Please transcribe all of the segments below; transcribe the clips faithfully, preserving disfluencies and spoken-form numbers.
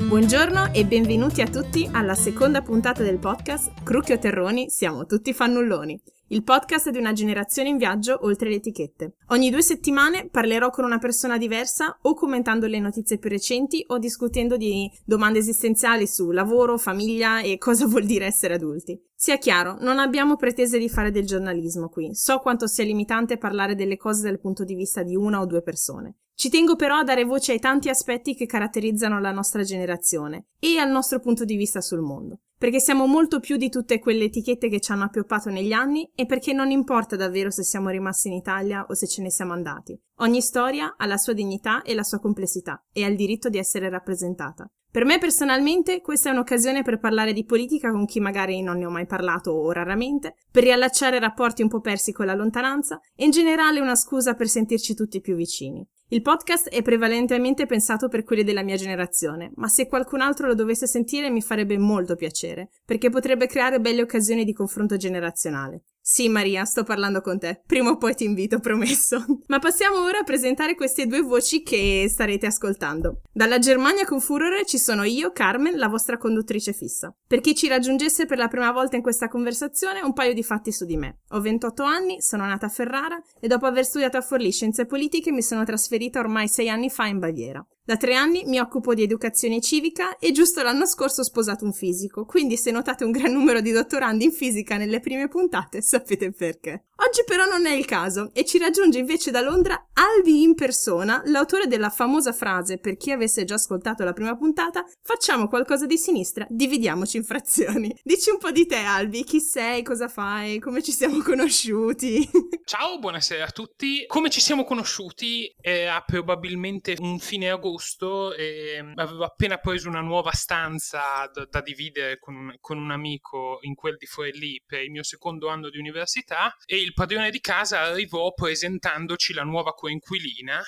Buongiorno e benvenuti a tutti alla seconda puntata del podcast Crucchio Terroni, siamo tutti fannulloni, il podcast di una generazione in viaggio oltre le etichette. Ogni due settimane parlerò con una persona diversa o commentando le notizie più recenti o discutendo di domande esistenziali su lavoro, famiglia e cosa vuol dire essere adulti. Sia chiaro, non abbiamo pretese di fare del giornalismo qui, so quanto sia limitante parlare delle cose dal punto di vista di una o due persone. Ci tengo però a dare voce ai tanti aspetti che caratterizzano la nostra generazione e al nostro punto di vista sul mondo, perché siamo molto più di tutte quelle etichette che ci hanno appioppato negli anni e perché non importa davvero se siamo rimasti in Italia o se ce ne siamo andati. Ogni storia ha la sua dignità e la sua complessità e ha il diritto di essere rappresentata. Per me personalmente questa è un'occasione per parlare di politica con chi magari non ne ho mai parlato o raramente, per riallacciare rapporti un po' persi con la lontananza e in generale una scusa per sentirci tutti più vicini. Il podcast è prevalentemente pensato per quelli della mia generazione, ma se qualcun altro lo dovesse sentire mi farebbe molto piacere, perché potrebbe creare belle occasioni di confronto generazionale. Sì, Maria, sto parlando con te. Prima o poi ti invito, promesso. Ma passiamo ora a presentare queste due voci che starete ascoltando. Dalla Germania con furore ci sono io, Carmen, la vostra conduttrice fissa. Per chi ci raggiungesse per la prima volta in questa conversazione, un paio di fatti su di me. Ho ventotto anni, sono nata a Ferrara e dopo aver studiato a Forlì scienze politiche mi sono trasferita ormai sei anni fa in Baviera. Da tre anni mi occupo di educazione civica e giusto l'anno scorso ho sposato un fisico, quindi se notate un gran numero di dottorandi in fisica nelle prime puntate sapete perché. Oggi però non è il caso e ci raggiunge invece da Londra Albi in persona, l'autore della famosa frase, per chi avesse già ascoltato la prima puntata, facciamo qualcosa di sinistra, dividiamoci in frazioni. Dici un po' di te, Albi, chi sei, cosa fai, come ci siamo conosciuti? Ciao, buonasera a tutti. Come ci siamo conosciuti era probabilmente un fine agosto e avevo appena preso una nuova stanza da, da dividere con un, con un amico in quel di Forlì per il mio secondo anno di università e il padrone di casa arrivò presentandoci la nuova coinquilina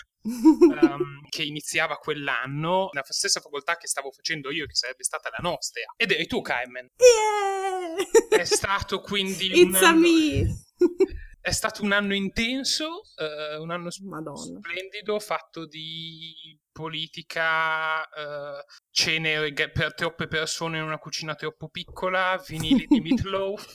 um, che iniziava quell'anno nella stessa facoltà che stavo facendo io, che sarebbe stata la nostra, ed eri tu, Carmen. Yeah! È stato quindi It's un a anno... me! È stato un anno intenso, uh, un anno Madonna. splendido, fatto di politica, uh, cene per troppe persone in una cucina troppo piccola, vinili di meatloaf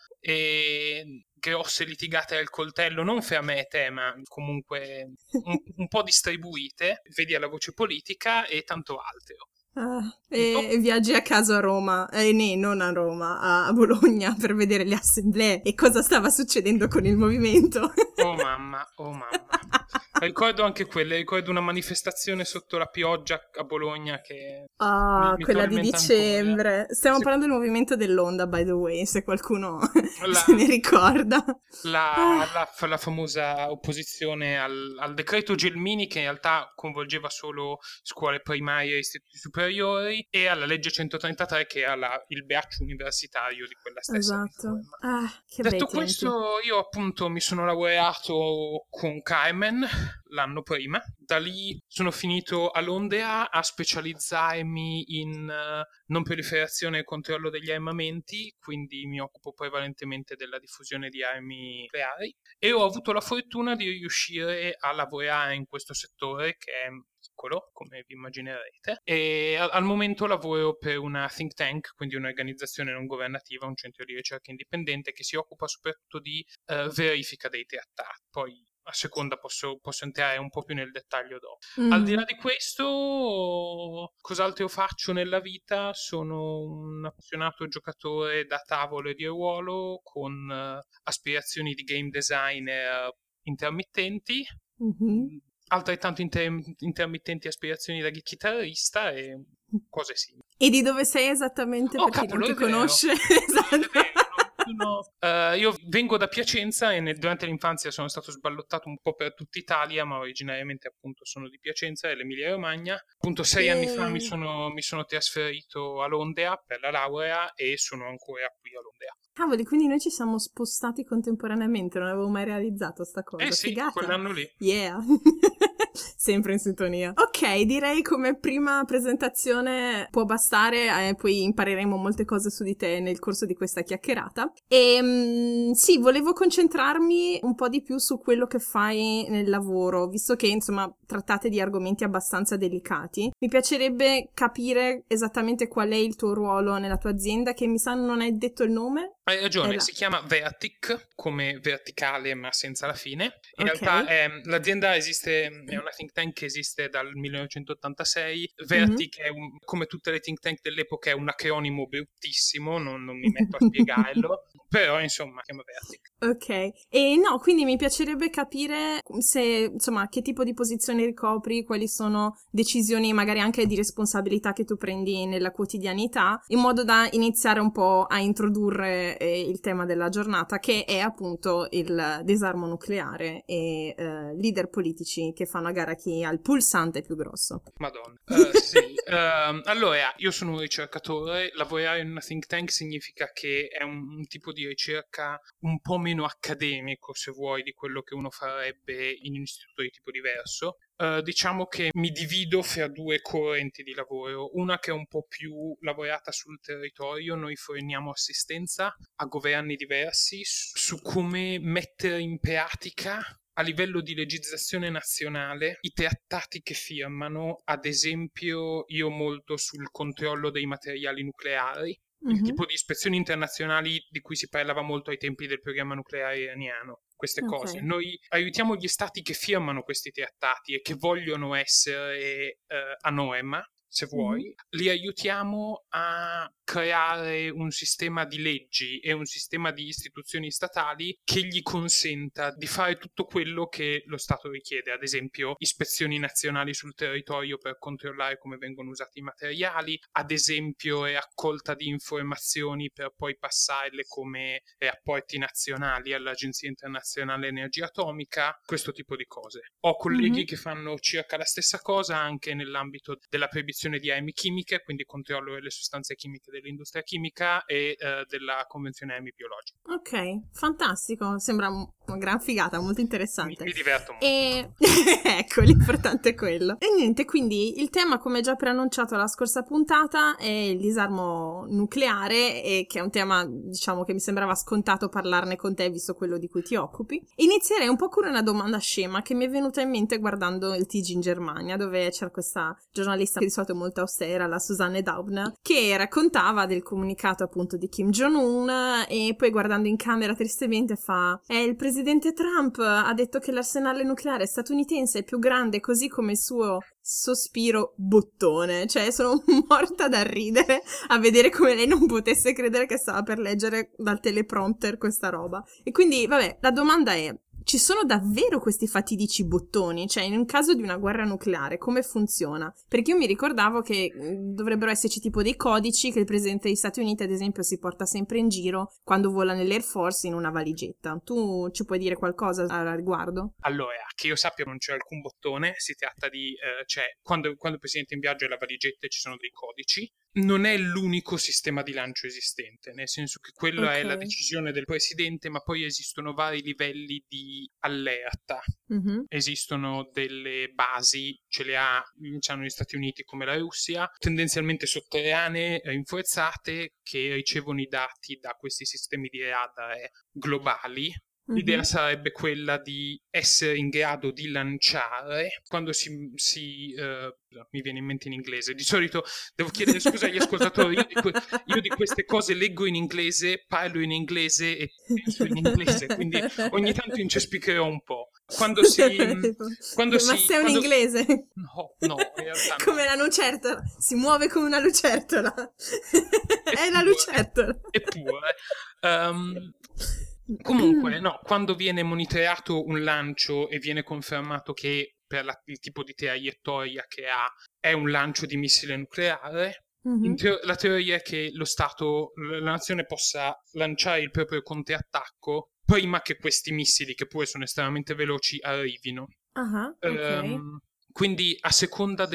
e grosse litigate al coltello, non fra me e te, ma comunque un, un po' distribuite, vedi alla voce politica e tanto altro. Ah, e, e viaggi a caso a Roma, eh, né, non a Roma, a, a Bologna per vedere le assemblee e cosa stava succedendo con il movimento. Oh mamma, oh mamma. Ricordo anche quelle, ricordo una manifestazione sotto la pioggia a Bologna che... Ah, mi, mi quella di dicembre. ancora. Stiamo Se... parlando del movimento dell'Onda, by the way, se qualcuno la, se ne ricorda. La, ah. la, la famosa opposizione al, al decreto Gelmini, che in realtà coinvolgeva solo scuole primarie e istituti superiori, e alla legge centotrentatré, che era la, il braccio universitario di quella stessa Esatto. riforma. Ah, che Detto bei questo, tempi. io appunto mi sono laureato con Carmen l'anno prima. Da lì sono finito a Londra a specializzarmi in uh, non proliferazione e controllo degli armamenti, quindi mi occupo prevalentemente della diffusione di armi nucleari e ho avuto la fortuna di riuscire a lavorare in questo settore che è piccolo, come vi immaginerete, e al, al momento lavoro per una think tank, quindi un'organizzazione non governativa, un centro di ricerca indipendente che si occupa soprattutto di uh, verifica dei trattati. Poi a seconda posso, posso entrare un po' più nel dettaglio dopo. Mm. Al di là di questo, cos'altro faccio nella vita? Sono un appassionato giocatore da tavolo e di ruolo con uh, aspirazioni di game designer intermittenti, mm-hmm. altrettanto inter- intermittenti aspirazioni da chitarrista e cose simili. E di dove sei esattamente? Oh, per chi cavolo, non ti è vero. conosce? Esatto. No. Uh, io vengo da Piacenza e nel, durante l'infanzia sono stato sballottato un po' per tutta Italia, ma originariamente appunto sono di Piacenza e l'Emilia Romagna. Appunto sei yeah. anni fa mi sono, mi sono trasferito a Londra per la laurea e sono ancora qui a Londra. Cavoli, quindi noi ci siamo spostati contemporaneamente, non avevo mai realizzato sta cosa. Eh sì, Figata. quell'anno lì. Yeah. Sempre in sintonia. Ok, direi come prima presentazione può bastare, eh, poi impareremo molte cose su di te nel corso di questa chiacchierata. E mh, sì, volevo concentrarmi un po' di più su quello che fai nel lavoro, visto che insomma trattate di argomenti abbastanza delicati. Mi piacerebbe capire esattamente qual è il tuo ruolo nella tua azienda, che mi sa non hai detto il nome. Hai ragione, la... si chiama Vertic, come verticale ma senza la fine. In okay. realtà è, l'azienda esiste, è una think tank che esiste dal millenovecentottantasei. Vertic mm-hmm. è un, come tutte le think tank dell'epoca, è un acronimo bruttissimo, non, non mi metto a spiegarlo, però insomma si chiama Vertic. Ok, e no, quindi mi piacerebbe capire se, insomma, che tipo di posizione ricopri, quali sono decisioni magari anche di responsabilità che tu prendi nella quotidianità, in modo da iniziare un po' a introdurre eh, il tema della giornata, che è appunto il disarmo nucleare e eh, leader politici che fanno a gara chi ha il pulsante più grosso. Madonna. Uh, sì, uh, allora io sono un ricercatore, lavorare in una think tank significa che è un, un tipo di ricerca un po' meno accademico, se vuoi, di quello che uno farebbe in un istituto di tipo diverso. Uh, diciamo che mi divido fra due correnti di lavoro, una che è un po' più lavorata sul territorio. Noi forniamo assistenza a governi diversi su, su come mettere in pratica a livello di legislazione nazionale i trattati che firmano. Ad esempio, io molto sul controllo dei materiali nucleari, il mm-hmm. tipo di ispezioni internazionali di cui si parlava molto ai tempi del programma nucleare iraniano. Queste okay. cose. Noi aiutiamo gli stati che firmano questi trattati e che vogliono essere eh, a norma, se vuoi, mm-hmm. li aiutiamo a creare un sistema di leggi e un sistema di istituzioni statali che gli consenta di fare tutto quello che lo Stato richiede, ad esempio ispezioni nazionali sul territorio per controllare come vengono usati i materiali, ad esempio raccolta di informazioni per poi passarle come rapporti nazionali all'Agenzia Internazionale Energia Atomica, questo tipo di cose. Ho colleghi mm-hmm. che fanno circa la stessa cosa anche nell'ambito della proibizione di armi chimiche, quindi controllo delle sostanze chimiche dell'industria chimica e uh, della convenzione armi biologiche. Ok, fantastico, sembra una gran figata, molto interessante. Mi, mi diverto molto. E ecco, l'importante è quello. E niente, quindi il tema, come già preannunciato la scorsa puntata, è il disarmo nucleare, e che è un tema, diciamo, che mi sembrava scontato parlarne con te, visto quello di cui ti occupi. Inizierei un po' con una domanda scema che mi è venuta in mente guardando il T G in Germania, dove c'era questa giornalista che di solito è molto austera, la Susanne Daubner, che raccontava del comunicato appunto di Kim Jong-un, e poi guardando in camera tristemente fa eh, il presidente Trump ha detto che l'arsenale nucleare statunitense è più grande, così come il suo sospiro bottone. Cioè sono morta da ridere a vedere come lei non potesse credere che stava per leggere dal teleprompter questa roba. E quindi vabbè, la domanda è: ci sono davvero questi fatidici bottoni? Cioè, in un caso di una guerra nucleare, come funziona? Perché io mi ricordavo che dovrebbero esserci tipo dei codici che il presidente degli Stati Uniti, ad esempio, si porta sempre in giro quando vola nell'Air Force in una valigetta. Tu ci puoi dire qualcosa al riguardo? Allora, che io sappia non c'è alcun bottone, si tratta di... Eh, cioè, quando, quando il presidente è in viaggio e la valigetta ci sono dei codici. Non è l'unico sistema di lancio esistente, nel senso che quello okay. è la decisione del presidente, ma poi esistono vari livelli di allerta. Mm-hmm. Esistono delle basi, ce le ha diciamo, gli Stati Uniti come la Russia, tendenzialmente sotterranee, rinforzate, che ricevono i dati da questi sistemi di radar globali. L'idea mm-hmm. sarebbe quella di essere in grado di lanciare quando si, si uh, mi viene in mente in inglese, di solito devo chiedere scusa agli ascoltatori, io di, que- io di queste cose leggo in inglese, parlo in inglese e penso in inglese, quindi ogni tanto incespicherò un po'. Quando si quando ma si, sei un quando... inglese? No, no, in realtà no. Come la lucertola, si muove come una lucertola. È la lucertola. Eppure um, comunque, no, quando viene monitorato un lancio e viene confermato che per la, il tipo di traiettoria che ha è un lancio di missile nucleare, mm-hmm. teo- la teoria è che lo Stato, la nazione possa lanciare il proprio contrattacco prima che questi missili, che pure sono estremamente veloci, arrivino. Uh-huh, okay. um, quindi a seconda del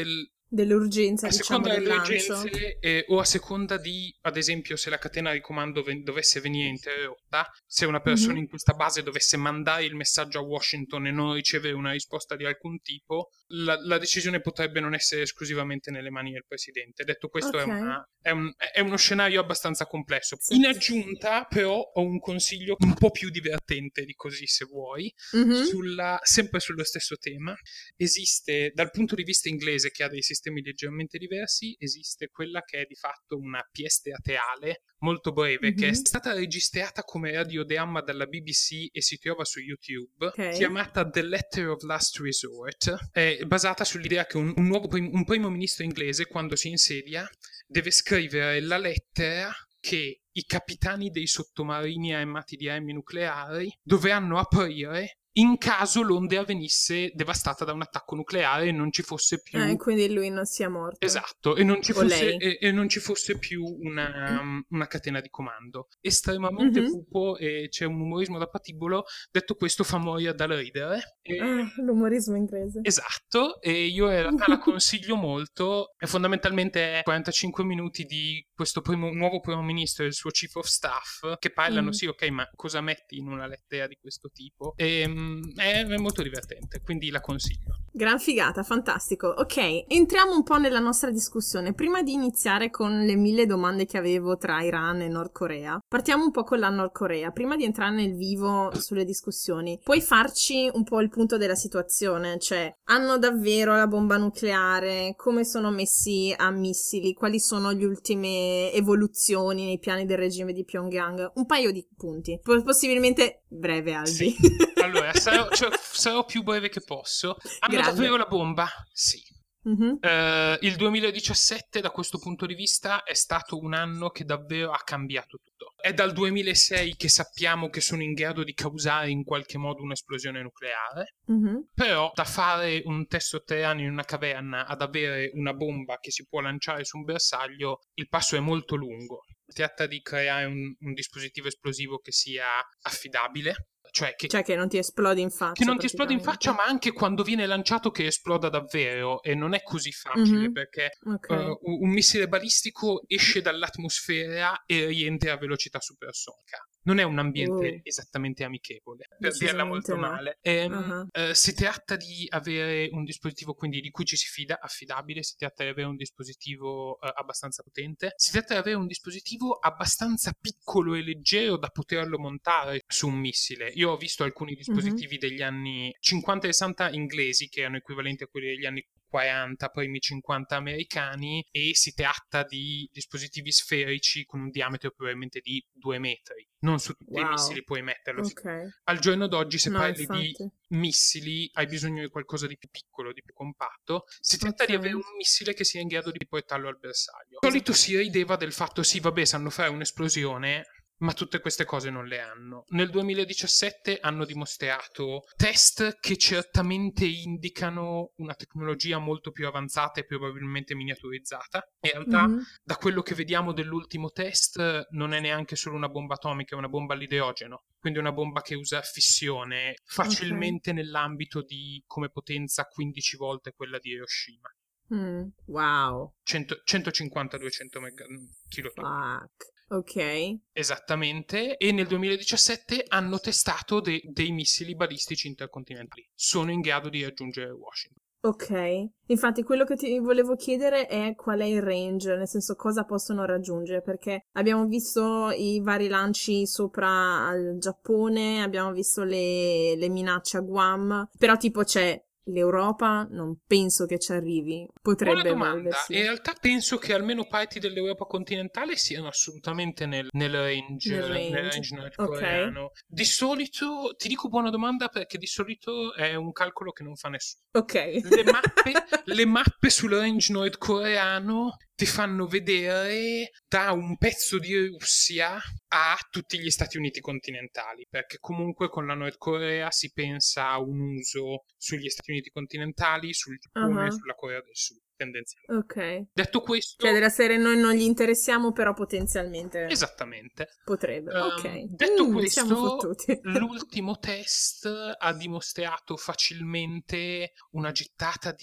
dell'urgenza, a diciamo, seconda del delle lancio. urgenze eh, o a seconda di, ad esempio, se la catena di comando ven- dovesse venire interrotta, se una persona Mhm. in questa base dovesse mandare il messaggio a Washington e non ricevere una risposta di alcun tipo, la, la decisione potrebbe non essere esclusivamente nelle mani del presidente. Detto questo, è, Ok. una, è, un- è uno scenario abbastanza complesso. Sì. In aggiunta, però, ho un consiglio un po' più divertente di così, se vuoi, Mhm. sulla, sempre sullo stesso tema. Esiste, dal punto di vista inglese, che ha dei sistemi leggermente diversi, esiste quella che è di fatto una pièce teatrale molto breve, che è Mhm. stata registrata come radiodramma dalla B B C e si trova su YouTube, Ok. chiamata The Letter of Last Resort. È basata sull'idea che un, un nuovo prim- un primo ministro inglese, quando si insedia, deve scrivere la lettera che i capitani dei sottomarini armati di armi nucleari dovranno aprire in caso Londra venisse devastata da un attacco nucleare e non ci fosse più... Eh, quindi lui non sia morto. Esatto, e non ci O fosse, lei. e, e non ci fosse più una, una catena di comando. Estremamente Mhm. cupo e c'è un umorismo da patibolo. Detto questo, fa morire dal ridere. E- Ah, l'umorismo inglese. Esatto, e io in realtà la consiglio molto. È fondamentalmente quarantacinque minuti di questo primo, nuovo primo ministro e il suo chief of staff che parlano, Mm. sì, ok, ma cosa metti in una lettera di questo tipo? E, mm, è, è molto divertente, quindi la consiglio. Gran figata, fantastico. Ok, entriamo un po' nella nostra discussione. Prima di iniziare con le mille domande che avevo tra Iran e Nord Corea, partiamo un po' con la Nord Corea. Prima di entrare nel vivo sulle discussioni, puoi farci un po' il punto della situazione? Cioè, hanno davvero la bomba nucleare? Come sono messi a missili? Quali sono le ultime evoluzioni nei piani del regime di Pyongyang? Un paio di punti. Po- possibilmente breve, Albi. Sì. Allora, sarò, cioè, sarò più breve che posso. Hanno Grande. davvero la bomba? Sì. Mhm. Eh, il duemiladiciassette, da questo punto di vista, è stato un anno che davvero ha cambiato tutto. È dal duemilasei che sappiamo che sono in grado di causare in qualche modo un'esplosione nucleare. Mhm. Però da fare un test sotterraneo in una caverna ad avere una bomba che si può lanciare su un bersaglio, il passo è molto lungo. Si tratta di creare un, un dispositivo esplosivo che sia affidabile, cioè che, Cioè che non ti esplodi in che faccia non ti esplode in praticamente. faccia, ma anche quando viene lanciato che esploda davvero. E non è così facile, Mhm. perché Ok. uh, un missile balistico esce dall'atmosfera e rientra a velocità supersonica. Non è un ambiente Uh, esattamente amichevole, per dirla decisamente molto no. male. Ehm, Uh-huh. eh, si tratta di avere un dispositivo quindi di cui ci si fida, affidabile, si tratta di avere un dispositivo eh, abbastanza potente, si tratta di avere un dispositivo abbastanza piccolo e leggero da poterlo montare su un missile. Io ho visto alcuni dispositivi Mhm. degli anni cinquanta e sessanta inglesi che erano equivalenti a quelli degli anni quaranta, primi cinquanta americani, e si tratta di dispositivi sferici con un diametro probabilmente di due metri. Non su tutti i Wow. missili puoi metterlo. Ok. Al giorno d'oggi, se No, parli di infatti. missili, hai bisogno di qualcosa di più piccolo, di più compatto. Si tratta Ok. di avere un missile che sia in grado di portarlo al bersaglio. Di solito si rideva del fatto, sì, vabbè, sanno fare un'esplosione, ma tutte queste cose non le hanno. Nel duemiladiciassette hanno dimostrato test che certamente indicano una tecnologia molto più avanzata e probabilmente miniaturizzata. In realtà, Mhm. da quello che vediamo dell'ultimo test, non è neanche solo una bomba atomica, è una bomba all'idrogeno. Quindi una bomba che usa fissione facilmente okay. nell'ambito di come potenza quindici volte quella di Hiroshima. Mm. Wow. cento, centocinquanta duecento kilotoni. Fuck. Ok. Esattamente, e nel duemiladiciassette hanno testato de- dei missili balistici intercontinentali. Sono in grado di raggiungere Washington. Ok, infatti quello che ti volevo chiedere è qual è il range, nel senso cosa possono raggiungere, perché abbiamo visto i vari lanci sopra al Giappone, abbiamo visto le, le minacce a Guam, però tipo c'è l'Europa, non penso che ci arrivi, potrebbe Buona domanda. evolversi. In realtà penso che almeno parti dell'Europa continentale siano assolutamente nel, nel range, Nel range. nel range nordcoreano. Ok. Di solito, ti dico buona domanda perché di solito è un calcolo che non fa nessuno. Ok. Le mappe, le mappe sul range nordcoreano ti fanno vedere da un pezzo di Russia a tutti gli Stati Uniti continentali, perché comunque con la Nord Corea si pensa a un uso sugli Stati Uniti continentali, sul Giappone, Uh-huh. sulla Corea del Sud, tendenzialmente. Ok. Detto questo... Cioè della serie noi non gli interessiamo, però potenzialmente... Esattamente. Potrebbe, Um, ok. detto Mm, questo, l'ultimo test ha dimostrato facilmente una gittata di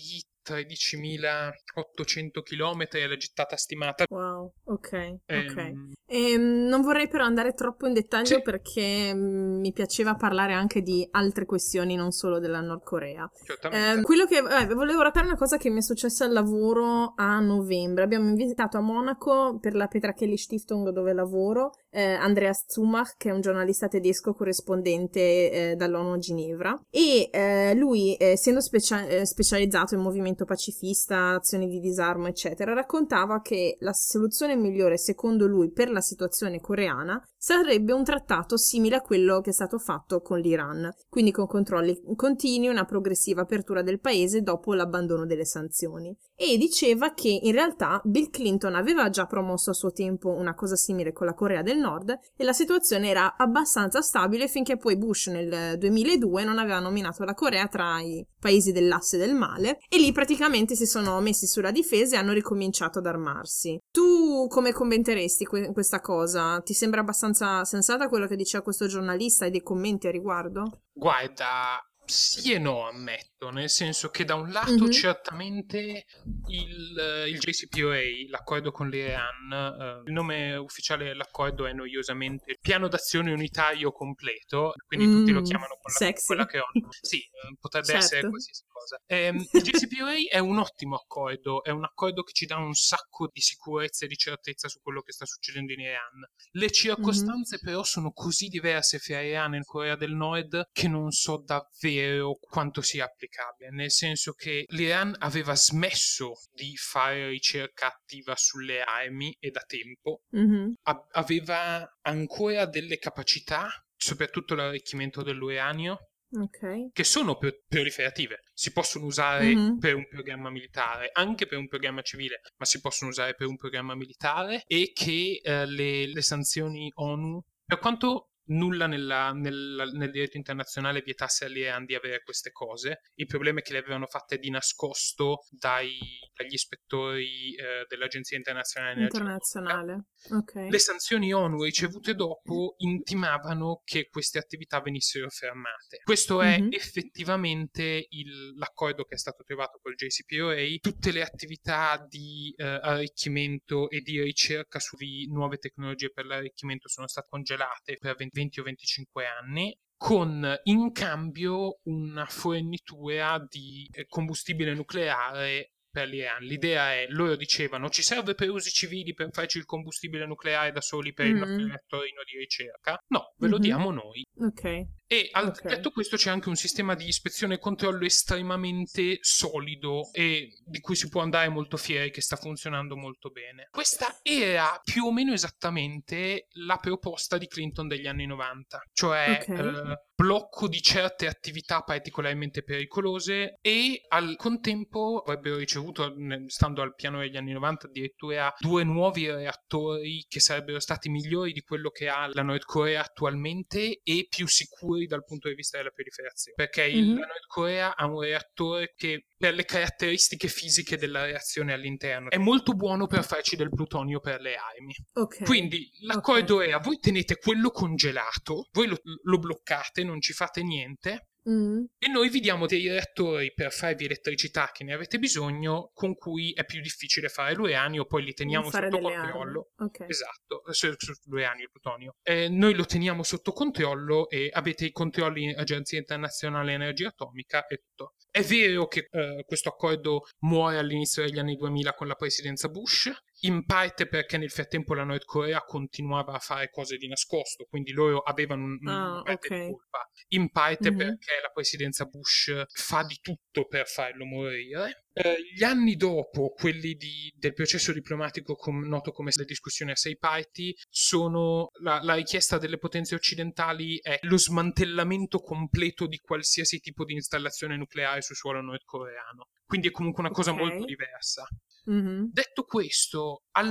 tredicimilaottocento chilometri è la gittata stimata. Wow, ok, ok. Ehm, Ehm, non vorrei però andare troppo in dettaglio sì, perché mm, mi piaceva parlare anche di altre questioni, non solo della Nord Corea. certamente. Ehm, quello che eh, volevo raccontare una cosa che mi è successa al lavoro a novembre. Abbiamo invitato a Monaco per la Petra Kelly Stiftung dove lavoro eh, Andreas Zumach, che è un giornalista tedesco corrispondente eh, dall'ONU a Ginevra, e eh, lui, eh, essendo specia- eh, specializzato in movimento pacifista, azioni di disarmo, eccetera, raccontava che la soluzione migliore, secondo lui, per la situazione coreana sarebbe un trattato simile a quello che è stato fatto con l'Iran, quindi con controlli continui, una progressiva apertura del paese dopo l'abbandono delle sanzioni. E diceva che in realtà Bill Clinton aveva già promosso a suo tempo una cosa simile con la Corea del Nord e la situazione era abbastanza stabile finché poi Bush nel duemiladue non aveva nominato la Corea tra i paesi dell'asse del male e lì praticamente si sono messi sulla difesa e hanno ricominciato ad armarsi. Tu come commenteresti que- questa cosa? Ti sembra abbastanza sensata quello che diceva questo giornalista? Hai dei commenti a riguardo? Guarda, sì e no, ammetto, nel senso che da un lato Mhm. certamente il, eh, il J C P O A, l'accordo con l'Iran, eh, il nome ufficiale dell'accordo è noiosamente Piano d'azione unitario completo, quindi tutti lo Mm, chiamano con, la- con quella sexy. che ho. Sì, eh, potrebbe essere Certo. qualsiasi cosa. Ehm, il J C P O A è un ottimo accordo, è un accordo che ci dà un sacco di sicurezza e di certezza su quello che sta succedendo in Iran. Le Mhm. circostanze però sono così diverse fra Iran e Corea del Nord che non so davvero quanto sia applicabile, nel senso che l'Iran aveva smesso di fare ricerca attiva sulle armi e da tempo, Mhm. A- aveva ancora delle capacità, soprattutto l'arricchimento dell'uranio, Ok. che sono pro- proliferative, si possono usare Mhm. per un programma militare, anche per un programma civile, ma si possono usare per un programma militare e che eh, le, le sanzioni ONU, per quanto nulla nella- nella- nel diritto internazionale vietasse all'Iran di avere queste cose, il problema è che le avevano fatte di nascosto dai- dagli ispettori eh, dell'Agenzia Internazionale Energia Atomica. Internazionale. Ok. Le sanzioni ONU ricevute dopo intimavano che queste attività venissero fermate. Questo è Mhm. effettivamente il- l'accordo che è stato trovato col J C P O A. Tutte le attività di eh, arricchimento e di ricerca su vi- nuove tecnologie per l'arricchimento sono state congelate per venti o venticinque anni, con in cambio una fornitura di eh, combustibile nucleare per l'Iran. L'idea è, loro dicevano, ci serve per usi civili per farci il combustibile nucleare da soli per il nostro Mm. reattorino di ricerca? No, ve lo Mhm. diamo noi. Ok. E al, Ok. detto questo c'è anche un sistema di ispezione e controllo estremamente solido e di cui si può andare molto fieri che sta funzionando molto bene. Questa era più o meno esattamente la proposta di Clinton degli anni novanta, cioè Ok. eh, blocco di certe attività particolarmente pericolose e al contempo avrebbero ricevuto, ne- stando al piano degli anni novanta, addirittura due nuovi reattori che sarebbero stati migliori di quello che ha la Nord Corea attualmente e più sicuri dal punto di vista della proliferazione, perché il, la Mhm. Nord Corea ha un reattore che per le caratteristiche fisiche della reazione all'interno è molto buono per farci del plutonio per le armi. Ok. Quindi Ok. l'accordo era: voi tenete quello congelato, voi lo, lo bloccate, non ci fate niente, Mm. e noi vi diamo dei reattori per farvi elettricità che ne avete bisogno, con cui è più difficile fare l'uranio, poi li Non teniamo fare sotto delle armi. controllo. Ok. Esatto, su, su l'uranio, il plutonio. Eh, noi lo teniamo sotto controllo e avete i controlli in Agenzia Internazionale Energia Atomica e tutto. È vero che eh, questo accordo muore all'inizio degli anni duemila con la presidenza Bush, in parte perché nel frattempo la Nord Corea continuava a fare cose di nascosto, quindi loro avevano un- una Ah, parte di ok. colpa, in parte Mhm. perché la presidenza Bush fa di tutto per farlo morire. Eh, gli anni dopo, quelli di- del processo diplomatico com- noto come le discussioni a sei parti, sono la, la richiesta delle potenze occidentali è lo smantellamento completo di qualsiasi tipo di installazione nucleare sul suolo nordcoreano. Quindi è comunque una cosa Ok. molto diversa. Mhm. Detto questo, al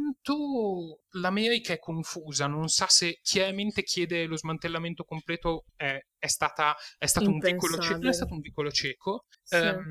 momento l'America è confusa, non sa se chiaramente chiedere lo smantellamento completo è, è, stata, è stato un vicolo cieco, non è Impensabile. stato un vicolo cieco. Sì. Ehm,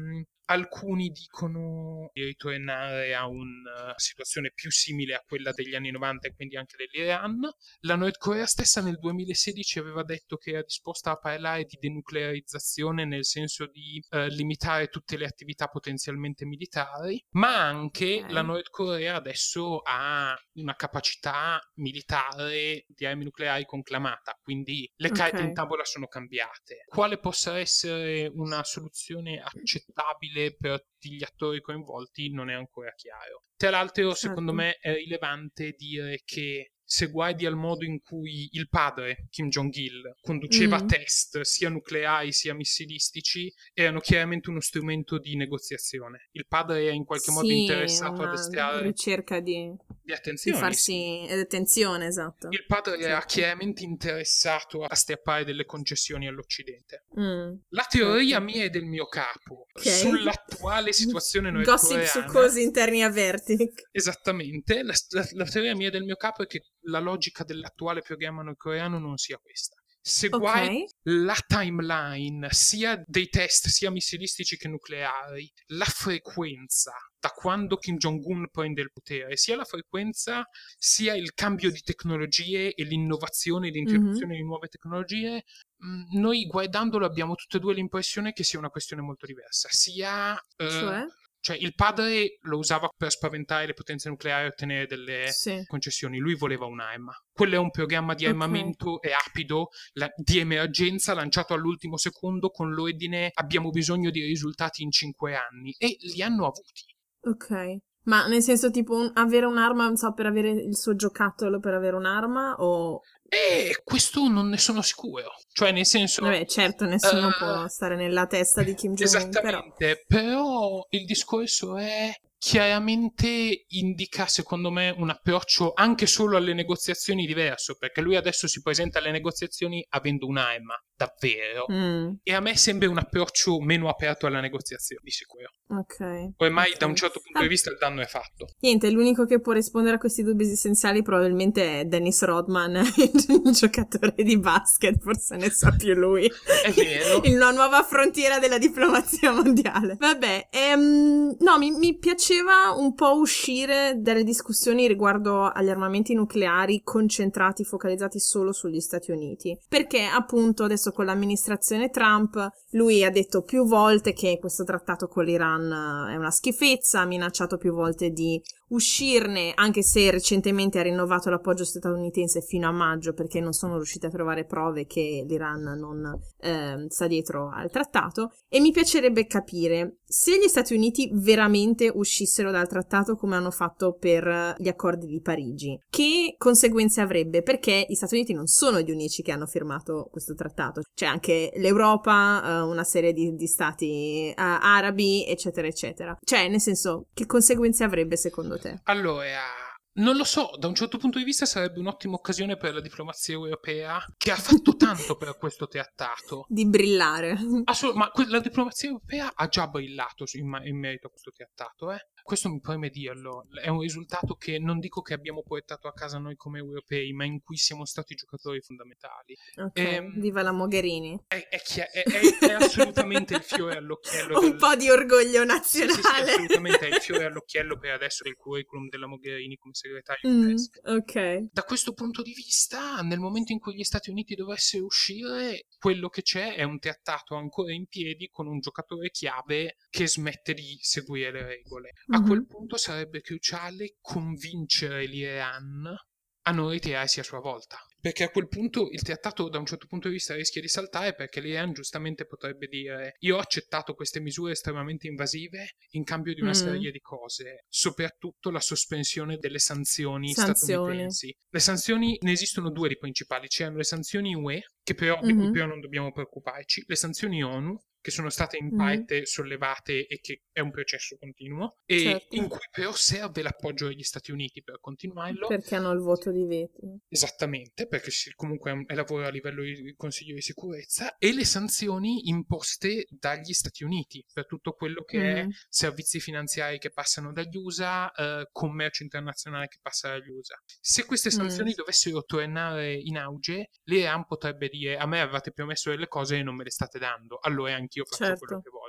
Alcuni dicono di ritornare a una situazione più simile a quella degli anni novanta e quindi anche dell'Iran. La Nord Corea stessa nel duemilasedici aveva detto che era disposta a parlare di denuclearizzazione, nel senso di eh, limitare tutte le attività potenzialmente militari, ma anche Ok. la Nord Corea adesso ha una capacità militare di armi nucleari conclamata, quindi le carte in Ok. tavola sono cambiate. Quale possa essere una soluzione accettabile per tutti gli attori coinvolti non è ancora chiaro. Tra l'altro, secondo Certo. me è rilevante dire che se guardi al modo in cui il padre, Kim Jong-il, conduceva Mm. test sia nucleari sia missilistici, erano chiaramente uno strumento di negoziazione. Il padre è in qualche modo Sì, interessato a una destare ricerca di, di di attenzioni, sì. farsi eh, attenzione, esatto. Il padre era Certo. chiaramente interessato a strappare delle concessioni all'Occidente. Mm, La teoria certo. mia e del mio capo Ok. sull'attuale situazione Gossip nordcoreana, succosi interni aperti. esattamente, la, la, la teoria mia e del mio capo è che la logica dell'attuale programma nordcoreano non sia questa. Se Ok. guardi la timeline sia dei test sia missilistici che nucleari, la frequenza da quando Kim Jong-un prende il potere, sia la frequenza sia il cambio di tecnologie e l'innovazione e l'introduzione Mhm. di nuove tecnologie, mh, noi guardandolo abbiamo tutte e due l'impressione che sia una questione molto diversa, sia eh, Cioè? cioè il padre lo usava per spaventare le potenze nucleari e ottenere delle Sì. concessioni, lui voleva un'arma. Quello è un programma di Ok. armamento rapido, la- di emergenza lanciato all'ultimo secondo con l'ordine abbiamo bisogno di risultati in cinque anni e li hanno avuti. Ok. Ma nel senso tipo un- avere un'arma, non so, per avere il suo giocattolo per avere un'arma o... E questo non ne sono sicuro. Cioè, nel senso... Vabbè, certo, nessuno eh, può stare nella testa di Kim Jong-un, però... esattamente, però il discorso è chiaramente indica, secondo me, un approccio anche solo alle negoziazioni diverso, perché lui adesso si presenta alle negoziazioni avendo un'arma, davvero. Mm, E a me sembra un approccio meno aperto alla negoziazione, di sicuro. ok, Ormai da un ok. certo punto di Ah, vista il danno è fatto. niente, l'unico che può rispondere a questi dubbi esistenziali probabilmente è Dennis Rodman, il giocatore di basket, forse ne sa più lui. È vero. La nuova frontiera della diplomazia mondiale. Vabbè, ehm, no, mi, mi piaceva un po' uscire dalle discussioni riguardo agli armamenti nucleari concentrati, focalizzati solo sugli Stati Uniti. Perché appunto adesso con l'amministrazione Trump lui ha detto più volte che questo trattato con l'Iran è una schifezza, ha minacciato più volte di uscirne, anche se recentemente ha rinnovato l'appoggio statunitense fino a maggio perché non sono riusciti a trovare prove che l'Iran non eh, sta dietro al trattato. E mi piacerebbe capire se gli Stati Uniti veramente uscissero dal trattato come hanno fatto per gli accordi di Parigi, che conseguenze avrebbe? Perché gli Stati Uniti non sono gli unici che hanno firmato questo trattato, c'è anche l'Europa, eh, una serie di, di stati eh, arabi, eccetera eccetera. Cioè, nel senso, che conseguenze avrebbe secondo te? Allora, non lo so, da un certo punto di vista sarebbe un'ottima occasione per la diplomazia europea, che ha fatto tanto per questo trattato. Di brillare. Assolut- ma que- la diplomazia europea ha già brillato su- in, ma- in merito a questo trattato, eh? Questo mi preme dirlo. È un risultato che non dico che abbiamo portato a casa noi come europei, ma in cui siamo stati giocatori fondamentali. Ok, Ehm, viva la Mogherini. è, è chi- è- è- è assolutamente il fiore all'occhiello Un del... po' di orgoglio Sì, sì, sì, nazionale. assolutamente è il fiore all'occhiello per adesso del curriculum della Mogherini come segretario di Mm, pesca. ok. Da questo punto di vista, nel momento in cui gli Stati Uniti dovessero uscire, quello che c'è è un trattato ancora in piedi con un giocatore chiave che smette di seguire le regole. A Mhm. quel punto sarebbe cruciale convincere l'Iran a non ritirarsi a sua volta. Perché a quel punto il trattato da un certo punto di vista rischia di saltare, perché l'Iran giustamente potrebbe dire io ho accettato queste misure estremamente invasive in cambio di una Mm. serie di cose, soprattutto la sospensione delle sanzioni, Sanzioni. statunitensi. Le sanzioni, ne esistono due di principali, c'erano le sanzioni U E, che però, di cui Mhm. però non dobbiamo preoccuparci, le sanzioni ONU, che sono state in Mhm. parte sollevate e che è un processo continuo, e Certo. in cui però serve l'appoggio degli Stati Uniti per continuarlo. Perché hanno il voto di veto. Esattamente, perché si- comunque è, un- è lavoro a livello di Consiglio di sicurezza, e le sanzioni imposte dagli Stati Uniti per tutto quello che è Mm. servizi finanziari che passano dagli U S A, eh, commercio internazionale che passa dagli U S A. Se queste sanzioni Mm. dovessero tornare in auge, l'Iran potrebbe dire a me avevate promesso delle cose e non me le state dando, allora anch'io faccio quello Certo. che voglio.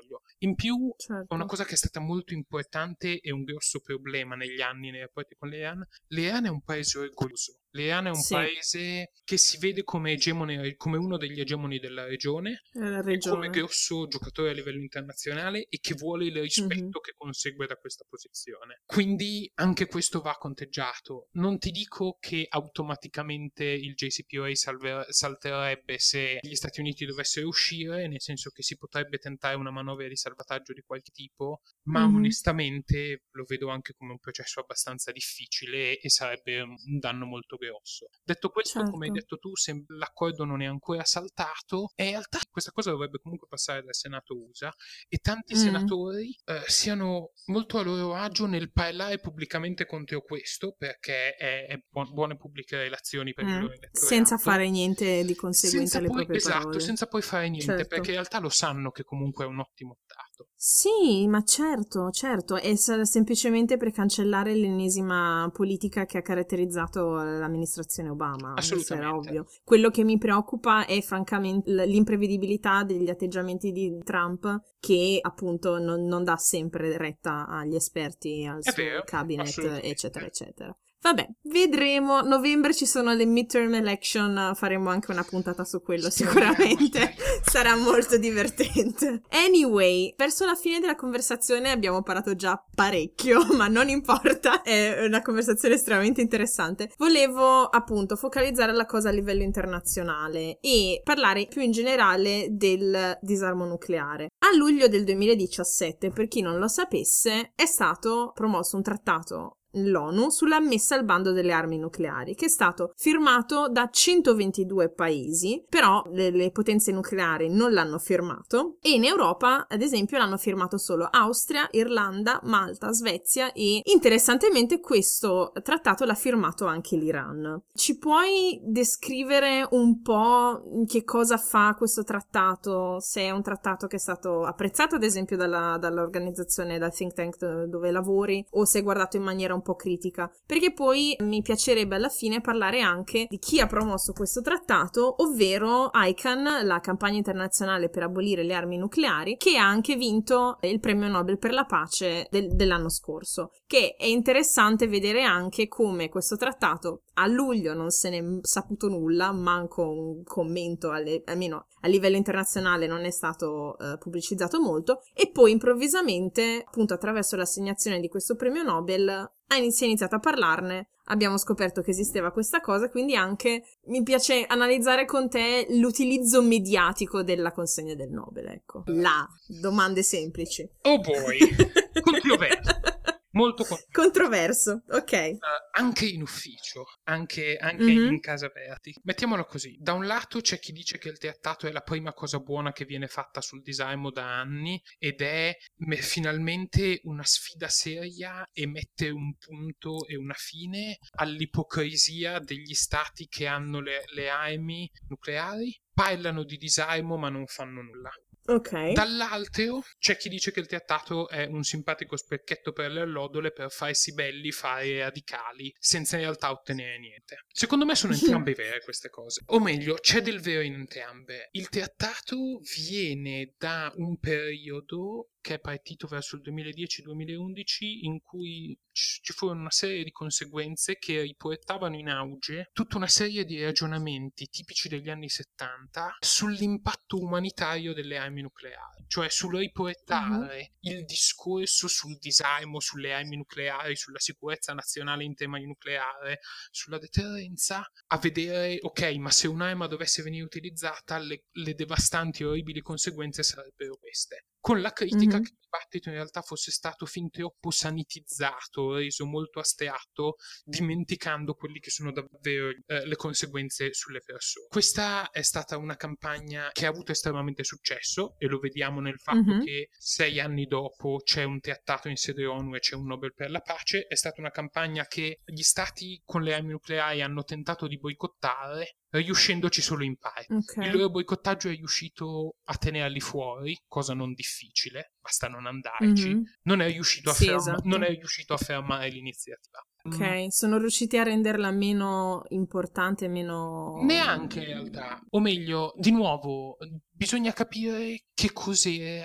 In più, certo. una cosa che è stata molto importante e un grosso problema negli anni nei rapporti con l'Iran, l'Iran è un paese orgoglioso. L'Iran è un Sì. paese che si vede come egemone, come uno degli egemoni della regione, La e come regione. grosso giocatore a livello internazionale e che vuole il rispetto Mhm. che consegue da questa posizione. Quindi anche questo va conteggiato. Non ti dico che automaticamente il J C P O A salve- salterebbe se gli Stati Uniti dovessero uscire, nel senso che si potrebbe tentare una manovra di salvataggio di qualche tipo, ma Mhm. onestamente lo vedo anche come un processo abbastanza difficile e sarebbe un danno molto grosso. Detto questo, come hai Certo. detto tu, se l'accordo non è ancora saltato, e in realtà questa cosa dovrebbe comunque passare dal Senato U S A e tanti Mm. senatori eh, siano molto a loro agio nel parlare pubblicamente contro questo, perché è, è bu- buone pubbliche relazioni per il Mm. loro Senza elettorato. fare niente di conseguente Senza alle poi, proprie esatto, parole. senza poi fare niente, Certo. perché in realtà lo sanno che comunque è un ottimo dato. Sì, ma certo, certo, è s- semplicemente per cancellare l'ennesima politica che ha caratterizzato l'amministrazione Obama, questo era Assolutamente. ovvio. Quello che mi preoccupa è francamente l- l'imprevedibilità degli atteggiamenti di Trump, che appunto non, non dà sempre retta agli esperti, al È suo vero, cabinet, assolutamente. eccetera, eccetera. Vabbè, vedremo. Novembre ci sono le midterm election, faremo anche una puntata su quello Speriamo, sicuramente. dai. Sarà molto divertente. Anyway, verso la fine della conversazione abbiamo parlato già parecchio, ma non importa, è una conversazione estremamente interessante. Volevo appunto focalizzare la cosa a livello internazionale e parlare più in generale del disarmo nucleare. A luglio del duemiladiciassette, per chi non lo sapesse, è stato promosso un trattato l'ONU sulla messa al bando delle armi nucleari, che è stato firmato da centoventidue paesi, però le, le potenze nucleari non l'hanno firmato, e in Europa, ad esempio, l'hanno firmato solo Austria, Irlanda, Malta, Svezia e interessantemente questo trattato l'ha firmato anche l'Iran. Ci puoi descrivere un po' che cosa fa questo trattato, se è un trattato che è stato apprezzato ad esempio dalla, dall'organizzazione, dal think tank dove lavori, o se è guardato in maniera un po' critica, perché poi mi piacerebbe alla fine parlare anche di chi ha promosso questo trattato, ovvero I C A N, la campagna internazionale per abolire le armi nucleari, che ha anche vinto il premio Nobel per la pace del, dell'anno scorso, che è interessante vedere anche come questo trattato a luglio non se ne è saputo nulla, manco un commento alle, almeno a livello internazionale non è stato uh, pubblicizzato molto, e poi improvvisamente, appunto attraverso l'assegnazione di questo premio Nobel, ha inizi- iniziato a parlarne, abbiamo scoperto che esisteva questa cosa, quindi anche mi piace analizzare con te l'utilizzo mediatico della consegna del Nobel, ecco. Là, domande semplici. Oh boy, controverso. Molto controverso. Controverso, ok. Uh, anche in ufficio, anche, anche Mm-hmm. in casa Verti. Mettiamolo così: da un lato c'è chi dice che il trattato è la prima cosa buona che viene fatta sul disarmo da anni ed è me- finalmente una sfida seria e mette un punto e una fine all'ipocrisia degli stati che hanno le, le armi nucleari, parlano di disarmo ma non fanno nulla. Ok. Dall'altro c'è chi dice che il trattato è un simpatico specchietto per le allodole per farsi belli, fare radicali, senza in realtà ottenere niente. Secondo me sono entrambe vere queste cose. O meglio, c'è del vero in entrambe. Il trattato viene da un periodo che è partito verso il duemiladieci duemilaundici, in cui ci furono una serie di conseguenze che riportavano in auge tutta una serie di ragionamenti tipici degli anni settanta sull'impatto umanitario delle armi nucleari, cioè sul riportare uh-huh. il discorso sul disarmo, sulle armi nucleari, sulla sicurezza nazionale in tema nucleare, sulla deterrenza, a vedere, ok, ma se un'arma dovesse venire utilizzata, le, le devastanti e orribili conseguenze sarebbero queste. Con la critica mm-hmm. che il dibattito in realtà fosse stato fin troppo sanitizzato, reso molto astratto, dimenticando quelli che sono davvero eh, le conseguenze sulle persone. Questa è stata una campagna che ha avuto estremamente successo e lo vediamo nel fatto mm-hmm. che sei anni dopo c'è un trattato in sede ONU e c'è un Nobel per la pace. È stata una campagna che gli stati con le armi nucleari hanno tentato di boicottare, riuscendoci solo in parte. Okay. Il loro boicottaggio è riuscito a tenerli fuori, cosa non difficile, basta non andarci. Mm-hmm. Non è riuscito a sì, ferma- esatto. non è riuscito a fermare l'iniziativa. Ok, mm. sono riusciti a renderla meno importante, meno... Neanche in realtà. O meglio, di nuovo, bisogna capire che cos'era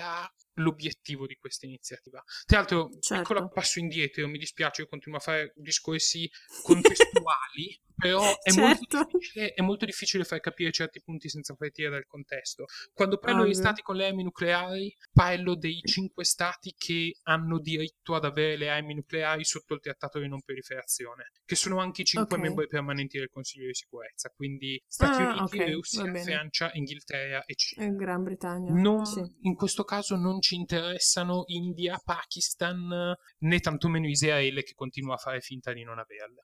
l'obiettivo di questa iniziativa. Tra l'altro, Certo. piccolo passo indietro, mi dispiace, io continuo a fare discorsi contestuali, però è, Certo. molto difficile, è molto difficile far capire certi punti senza partire dal contesto. Quando parlo Ovvio. di stati con le armi nucleari, parlo dei cinque stati che hanno diritto ad avere le armi nucleari sotto il trattato di non proliferazione, che sono anche i cinque Ok. membri permanenti del Consiglio di sicurezza, quindi Stati Ah, Uniti, ok, va Russia, bene. Francia, Inghilterra e Cina. E Gran Bretagna. Non, Sì. in questo caso non ci interessano India, Pakistan, né tantomeno Israele, che continua a fare finta di non averle.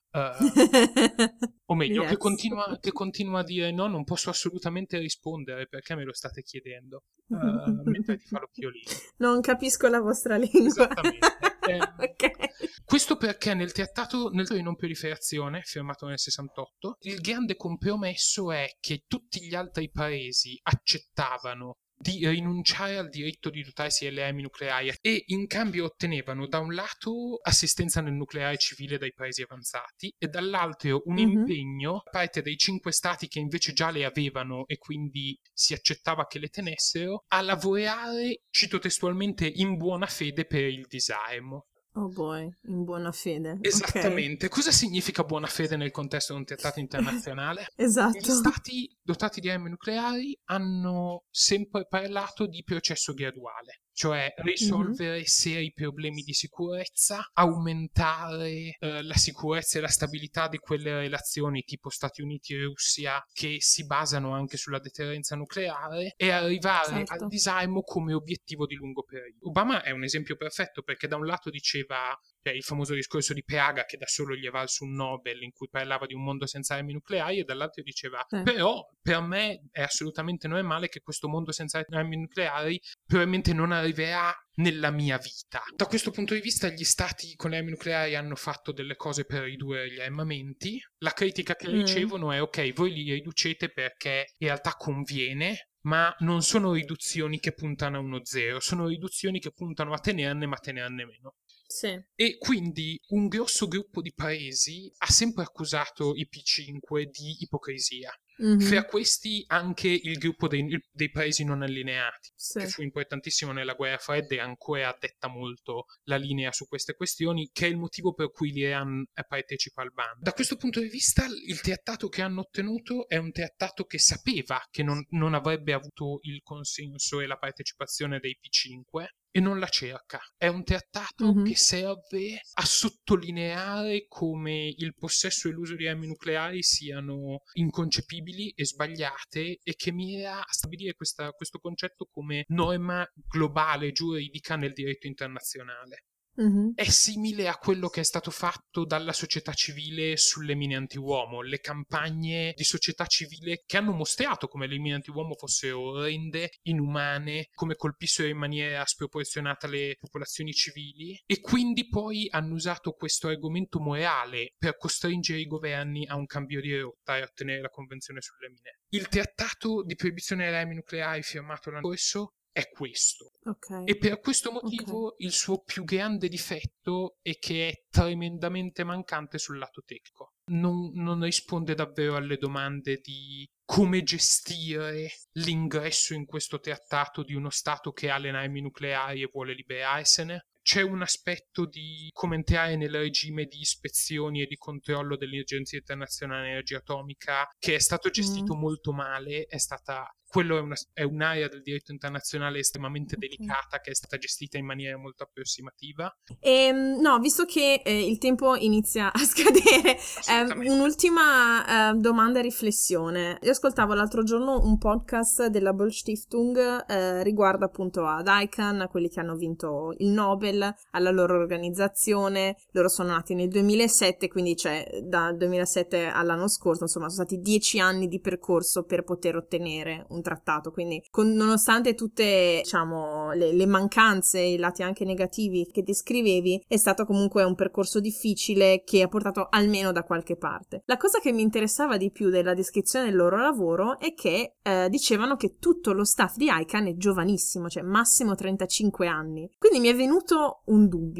Uh, o meglio, Yes. che, continua, che continua a dire no, non posso assolutamente rispondere perché me lo state chiedendo, uh, mentre ti fa l'occhiolino. Non capisco la vostra lingua. Esattamente. Eh, Ok. Questo perché nel trattato nel di non proliferazione, firmato nel sessantotto, il grande compromesso è che tutti gli altri paesi accettavano di rinunciare al diritto di dotarsi delle armi nucleari e in cambio ottenevano da un lato assistenza nel nucleare civile dai paesi avanzati e dall'altro un Mhm. impegno da parte dei cinque stati che invece già le avevano e quindi si accettava che le tenessero a lavorare, cito testualmente, in buona fede per il disarmo. Oh boy, in buona fede. Esattamente. Okay. Cosa significa buona fede nel contesto di un trattato internazionale? Esatto. Gli stati dotati di armi nucleari hanno sempre parlato di processo graduale, cioè risolvere mm-hmm. seri problemi di sicurezza, aumentare eh, la sicurezza e la stabilità di quelle relazioni tipo Stati Uniti e Russia che si basano anche sulla deterrenza nucleare e arrivare certo. al disarmo come obiettivo di lungo periodo. Obama è un esempio perfetto perché da un lato diceva, cioè il famoso discorso di Praga che da solo gli è valso un Nobel in cui parlava di un mondo senza armi nucleari e dall'altro diceva eh. però per me è assolutamente normale che questo mondo senza armi nucleari probabilmente non arriverà nella mia vita. Da questo punto di vista gli stati con le armi nucleari hanno fatto delle cose per ridurre gli armamenti. La critica che mm. ricevono è ok, voi li riducete perché in realtà conviene, ma non sono riduzioni che puntano a uno zero, sono riduzioni che puntano a tenerne ma tenerne meno. Sì. E quindi un grosso gruppo di paesi ha sempre accusato i P cinque di ipocrisia. Mm-hmm. Fra questi anche il gruppo dei, dei paesi non allineati, sì. che fu importantissimo nella guerra fredda e ancora detta molto la linea su queste questioni, che è il motivo per cui l'Iran partecipa al bando. Da questo punto di vista il trattato che hanno ottenuto è un trattato che sapeva che non, non avrebbe avuto il consenso e la partecipazione dei P cinque e non la cerca. È un trattato mm-hmm. che serve a sottolineare come il possesso e l'uso di armi nucleari siano inconcepibili e sbagliate e che mira a stabilire questa, questo concetto come norma globale giuridica nel diritto internazionale. Mm-hmm. È simile a quello che è stato fatto dalla società civile sulle mine antiuomo, le campagne di società civile che hanno mostrato come le mine antiuomo fossero orrende, inumane, come colpissero in maniera sproporzionata le popolazioni civili e quindi poi hanno usato questo argomento morale per costringere i governi a un cambio di rotta e ottenere la convenzione sulle mine. Il trattato di proibizione delle armi nucleari firmato l'anno scorso è questo. Okay. E per questo motivo okay. il suo più grande difetto è che è tremendamente mancante sul lato tecnico. Non, non risponde davvero alle domande di come gestire l'ingresso in questo trattato di uno Stato che ha le armi nucleari e vuole liberarsene. C'è un aspetto di come entrare nel regime di ispezioni e di controllo dell'Agenzia Internazionale di Energia Atomica che è stato gestito mm. molto male, è stata... Quello è, una, è un'area del diritto internazionale estremamente okay. delicata che è stata gestita in maniera molto approssimativa. E, no, visto che eh, il tempo inizia a scadere, eh, un'ultima eh, domanda e riflessione. Io ascoltavo l'altro giorno un podcast della Böll Stiftung eh, riguardo appunto ad ICAN, a quelli che hanno vinto il Nobel, alla loro organizzazione. Loro sono nati nel duemilasette, quindi cioè dal duemilasette all'anno scorso, insomma sono stati dieci anni di percorso per poter ottenere un trattato, quindi con, nonostante tutte diciamo le, le mancanze, i lati anche negativi che descrivevi, è stato comunque un percorso difficile che ha portato almeno da qualche parte. La cosa che mi interessava di più della descrizione del loro lavoro è che eh, dicevano che tutto lo staff di ICAN è giovanissimo, cioè massimo trentacinque anni, quindi mi è venuto un dubbio.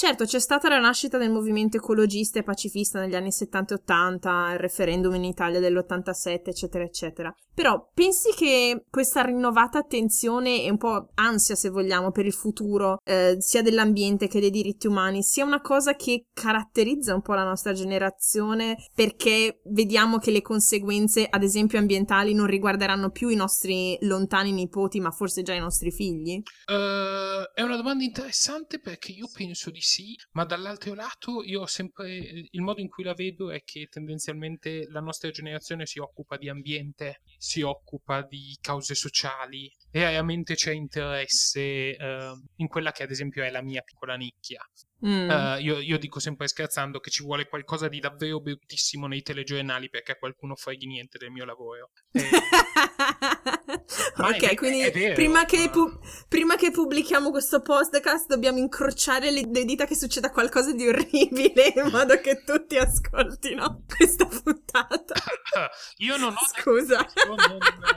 Certo, c'è stata la nascita del movimento ecologista e pacifista negli anni settanta e ottanta, il referendum in Italia dell'ottantasette, eccetera, eccetera. Però pensi che questa rinnovata attenzione e un po' ansia, se vogliamo, per il futuro, eh, sia dell'ambiente che dei diritti umani, sia una cosa che caratterizza un po' la nostra generazione, perché vediamo che le conseguenze, ad esempio ambientali, non riguarderanno più i nostri lontani nipoti, ma forse già i nostri figli? Uh, è una domanda interessante perché io penso di sì, ma dall'altro lato io ho sempre, il modo in cui la vedo è che tendenzialmente la nostra generazione si occupa di ambiente, si occupa di cause sociali e raramente c'è interesse uh, in quella che ad esempio è la mia piccola nicchia. Mm. Uh, io, io dico sempre scherzando che ci vuole qualcosa di davvero bruttissimo nei telegiornali perché qualcuno freghi niente del mio lavoro. E... ok, è, quindi è vero, prima, che ma... pu- prima che pubblichiamo questo podcast dobbiamo incrociare le, le dita che succeda qualcosa di orribile in modo che tutti ascoltino questa puntata. Io non ho scusa detto, non,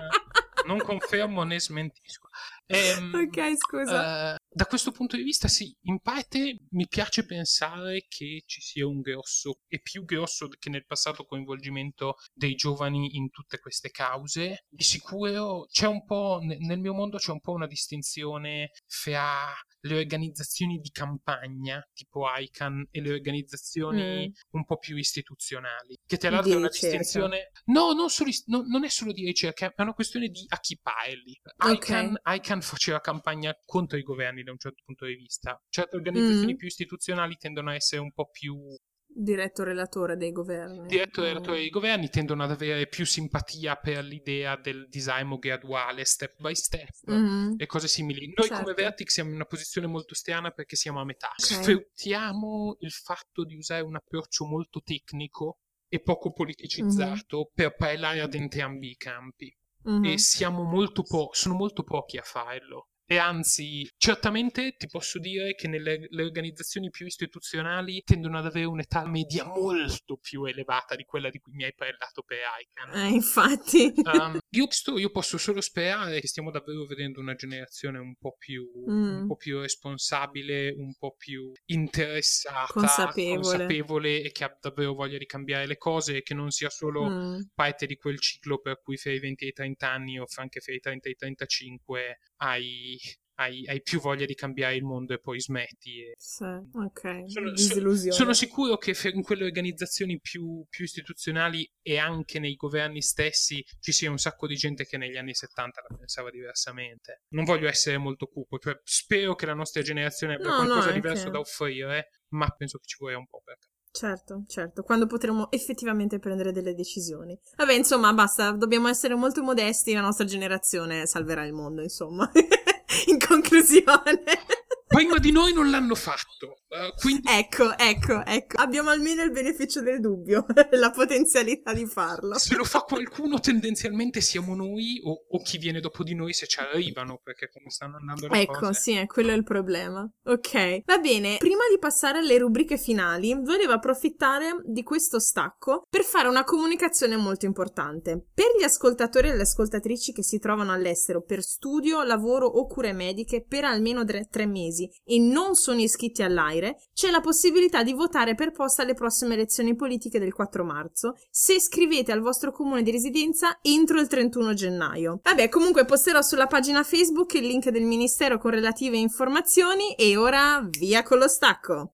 non confermo né smentisco. Ehm, ok, scusa. Uh, da questo punto di vista sì, in parte mi piace pensare che ci sia un grosso e più grosso che nel passato coinvolgimento dei giovani in tutte queste cause. Di sicuro c'è un po', nel mio mondo c'è un po' una distinzione fra le organizzazioni di campagna tipo ICANN e le organizzazioni mm. un po' più istituzionali, che tra l'altro di è una ricerca. distinzione no, non, solo, no, non è solo di ricerca, è una questione di a chi parli. ICANN, okay. ICANN faceva campagna contro i governi da un certo punto di vista, certe organizzazioni mm. più istituzionali tendono a essere un po' più diretto relatore dei governi. Diretto relatore dei governi tendono ad avere più simpatia per l'idea del disarmo graduale, step by step, mm-hmm. e cose simili. Noi certo. come Vertic siamo in una posizione molto strana perché siamo a metà. Okay. Sfruttiamo il fatto di usare un approccio molto tecnico e poco politicizzato mm-hmm. per parlare ad entrambi i campi. Mm-hmm. E siamo molto po- sono molto pochi a farlo. E anzi, certamente ti posso dire che nelle le organizzazioni più istituzionali tendono ad avere un'età media molto più elevata di quella di cui mi hai parlato per ICANN. Eh, infatti. um, io, sto, io posso solo sperare che stiamo davvero vedendo una generazione un po' più, mm. un po' più responsabile, un po' più interessata, consapevole. consapevole e che ha davvero voglia di cambiare le cose e che non sia solo mm. parte di quel ciclo per cui fra i venti e i trenta anni o anche fra i trenta e i trentacinque hai Hai, hai più voglia di cambiare il mondo e poi smetti. E... Sì, ok. Sono, sono, sono sicuro che in quelle organizzazioni più, più istituzionali e anche nei governi stessi ci sia un sacco di gente che negli anni settanta la pensava diversamente. Non voglio essere molto cupo, cioè spero che la nostra generazione abbia no, qualcosa no, diverso okay. da offrire, ma penso che ci voglia un po' per Certo, certo, quando potremo effettivamente prendere delle decisioni. Vabbè, insomma, basta, dobbiamo essere molto modesti, la nostra generazione salverà il mondo, insomma. In conclusione. Prima di noi non l'hanno fatto. Uh, quindi... Ecco, ecco, ecco. Abbiamo almeno il beneficio del dubbio, la potenzialità di farlo. Se lo fa qualcuno, tendenzialmente siamo noi o, o chi viene dopo di noi se ci arrivano, perché come stanno andando le ecco, cose. Ecco, sì, quello è il problema. Ok, va bene. Prima di passare alle rubriche finali, volevo approfittare di questo stacco per fare una comunicazione molto importante. Per gli ascoltatori e le ascoltatrici che si trovano all'estero per studio, lavoro o cure mediche per almeno tre, tre mesi e non sono iscritti all'AIRE, c'è la possibilità di votare per posta alle prossime elezioni politiche del quattro marzo se scrivete al vostro comune di residenza entro il trentuno gennaio. Vabbè, comunque posterò sulla pagina Facebook il link del ministero con relative informazioni e ora via con lo stacco!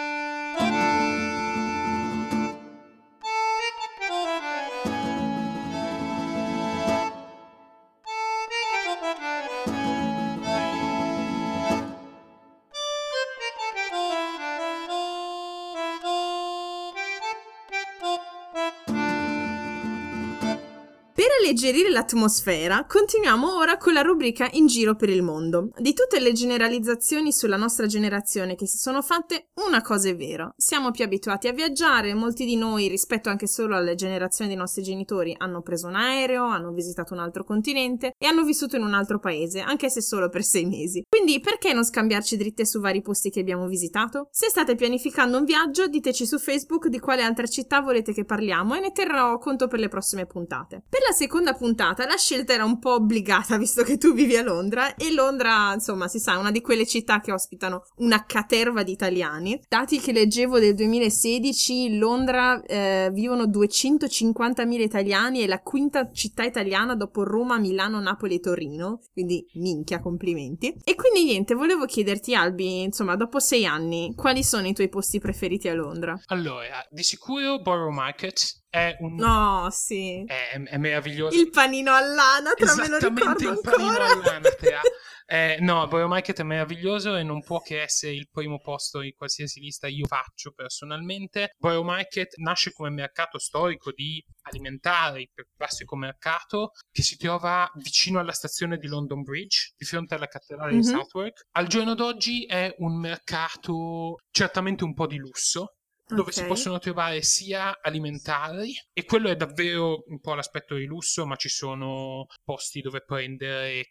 Per alleggerire l'atmosfera, continuiamo ora con la rubrica In giro per il mondo. Di tutte le generalizzazioni sulla nostra generazione che si sono fatte, una cosa è vera. Siamo più abituati a viaggiare, molti di noi, rispetto anche solo alle generazioni dei nostri genitori, hanno preso un aereo, hanno visitato un altro continente e hanno vissuto in un altro paese, anche se solo per sei mesi. Quindi perché non scambiarci dritte su vari posti che abbiamo visitato? Se state pianificando un viaggio, diteci su Facebook di quale altra città volete che parliamo e ne terrò conto per le prossime puntate. Per la seconda seconda puntata la scelta era un po' obbligata, visto che tu vivi a Londra, e Londra, insomma, si sa, è una di quelle città che ospitano una caterva di italiani. Dati che leggevo del duemilasedici, Londra eh, vivono duecentocinquantamila italiani, è la quinta città italiana dopo Roma, Milano, Napoli e Torino, quindi minchia, complimenti. E quindi niente, volevo chiederti, Albi, insomma, dopo sei anni, quali sono i tuoi posti preferiti a Londra? Allora, di sicuro Borough Market è un... No, sì. È, è meraviglioso. Il panino all'anatra, me lo ricordo il ancora. panino all'anatra. Eh, no, Borough Market è meraviglioso e non può che essere il primo posto in qualsiasi lista io faccio personalmente. Borough Market nasce come mercato storico di alimentari, per classico mercato, che si trova vicino alla stazione di London Bridge, di fronte alla cattedrale Mm-hmm. di Southwark. Al giorno d'oggi è un mercato certamente un po' di lusso, dove Okay. si possono trovare sia alimentari, e quello è davvero un po' l'aspetto di lusso, ma ci sono posti dove prendere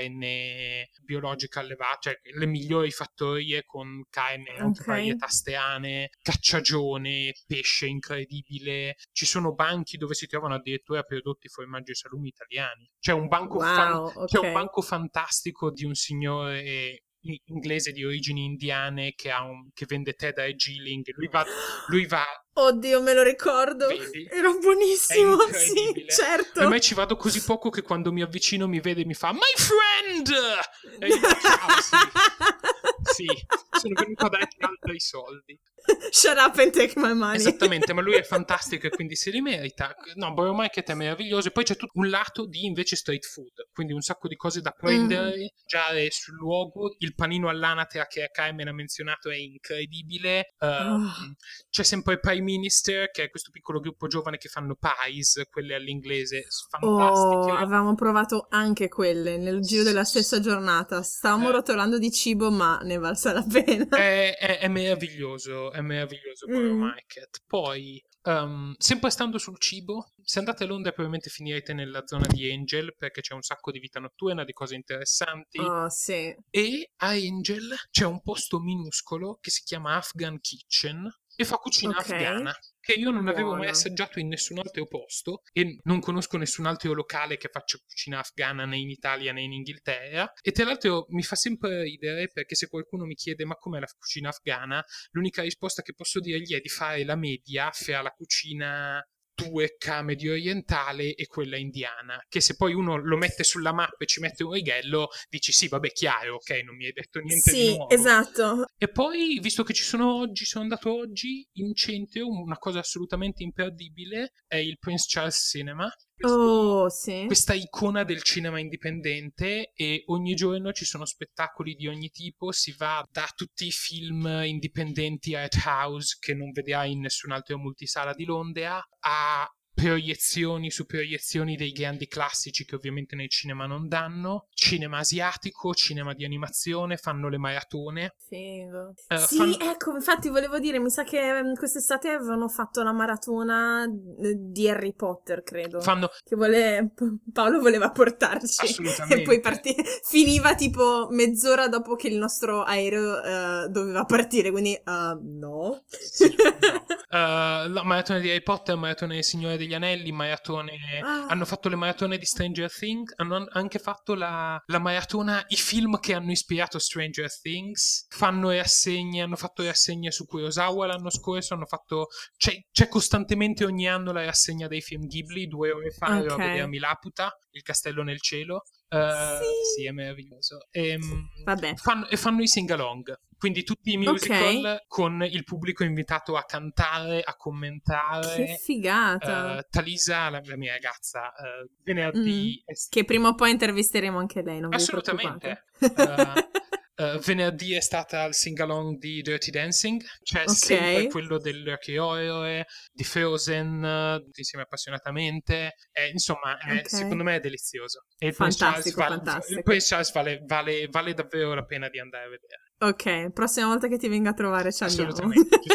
carne biologica allevata, cioè le migliori fattorie con carne anche Ok. varietà steane, cacciagione, pesce incredibile. Ci sono banchi dove si trovano addirittura prodotti formaggi e salumi italiani. C'è un banco, fan- Wow, c'è un ok. banco fantastico di un signore inglese di origini indiane che, ha un, che vende tè da Darjeeling. Lui va, lui va Oddio, me lo ricordo. Vedi? Era È buonissimo, sì, incredibile. certo. Ormai ci vado così poco che quando mi avvicino mi vede e mi fa My friend! E io ciao, sì. Sì, sono venuto a darti altri soldi. Shut up and take my money. Esattamente, ma lui è fantastico e quindi si rimerita. No, Borough Market è meraviglioso. E poi c'è tutto un lato di invece street food, quindi un sacco di cose da prendere, Mm. mangiare sul luogo. Il panino all'anatra che Carmen ha menzionato è incredibile. Uh, Oh. C'è sempre Prime Minister, che è questo piccolo gruppo giovane che fanno pies, quelle all'inglese, fantastiche. Oh, avevamo provato anche quelle nel giro della stessa giornata. Stavamo Eh. rotolando di cibo, ma ne valsa la pena. È, è, è meraviglioso, è meraviglioso Borough Mm. Market. Poi, um, sempre stando sul cibo, se andate a Londra probabilmente finirete nella zona di Angel, perché c'è un sacco di vita notturna, di cose interessanti. Oh, sì. E a Angel c'è un posto minuscolo che si chiama Afghan Kitchen e fa cucina Ok. afghana, che io non avevo mai Buono. assaggiato in nessun altro posto e non conosco nessun altro locale che faccia cucina afghana né in Italia né in Inghilterra. E tra l'altro mi fa sempre ridere, perché se qualcuno mi chiede ma com'è la cucina afghana, l'unica risposta che posso dirgli è di fare la media fra la cucina tueca medio orientale e quella indiana, che se poi uno lo mette sulla mappa e ci mette un righello dici sì, vabbè, chiaro, ok, non mi hai detto niente di Sì, nuovo. esatto. E poi, visto che ci sono oggi, sono andato oggi in centro, una cosa assolutamente imperdibile è il Prince Charles Cinema. Questo, Oh, sì. questa icona del cinema indipendente, e ogni giorno ci sono spettacoli di ogni tipo. Si va da tutti i film indipendenti art house che non vedrai in nessun altro multisala di Londra a proiezioni su proiezioni dei grandi classici che ovviamente nel cinema non danno, cinema asiatico, cinema di animazione, fanno le maratone. Figo. Eh, Sì, fan- ecco, infatti volevo dire, mi sa che mm, quest'estate avevano fatto la maratona eh, di Harry Potter, credo. fanno Che vuole, P- Paolo voleva portarci. Assolutamente. E poi parti- finiva tipo mezz'ora dopo che il nostro aereo eh, doveva partire, quindi uh, no. Sì, no. Uh, la maratona di Harry Potter, maratona del Signore degli Anelli, maratone Ah. hanno fatto le maratone di Stranger Things, hanno anche fatto la, la maratona, i film che hanno ispirato Stranger Things, fanno rassegne, hanno fatto rassegne su Kurosawa l'anno scorso, hanno fatto c'è, c'è costantemente ogni anno la rassegna dei film Ghibli. Due ore fa ero Ok. a vedere Milaputa, Il castello nel cielo. Uh, Sì. sì, è meraviglioso. E, Vabbè. fanno, e fanno i sing-along, quindi tutti i musical Ok. con il pubblico invitato a cantare, a commentare. Che figata. Uh, Talisa, la, la mia ragazza, uh, venerdì Mm. è st- Che prima o poi intervisteremo anche lei, non vi assolutamente. preoccupate. Uh, uh, venerdì è stata al sing-along di Dirty Dancing, c'è Ok. sempre quello dell'Archeoe, di Frozen, uh, insieme appassionatamente. Eh, insomma, eh, Ok. secondo me è delizioso. E il Prince Charles, Fantastico, vale, fantastico. il Prince Charles vale, vale, vale davvero la pena di andare a vedere. Ok, prossima volta che ti venga a trovare ci andiamo. Assolutamente.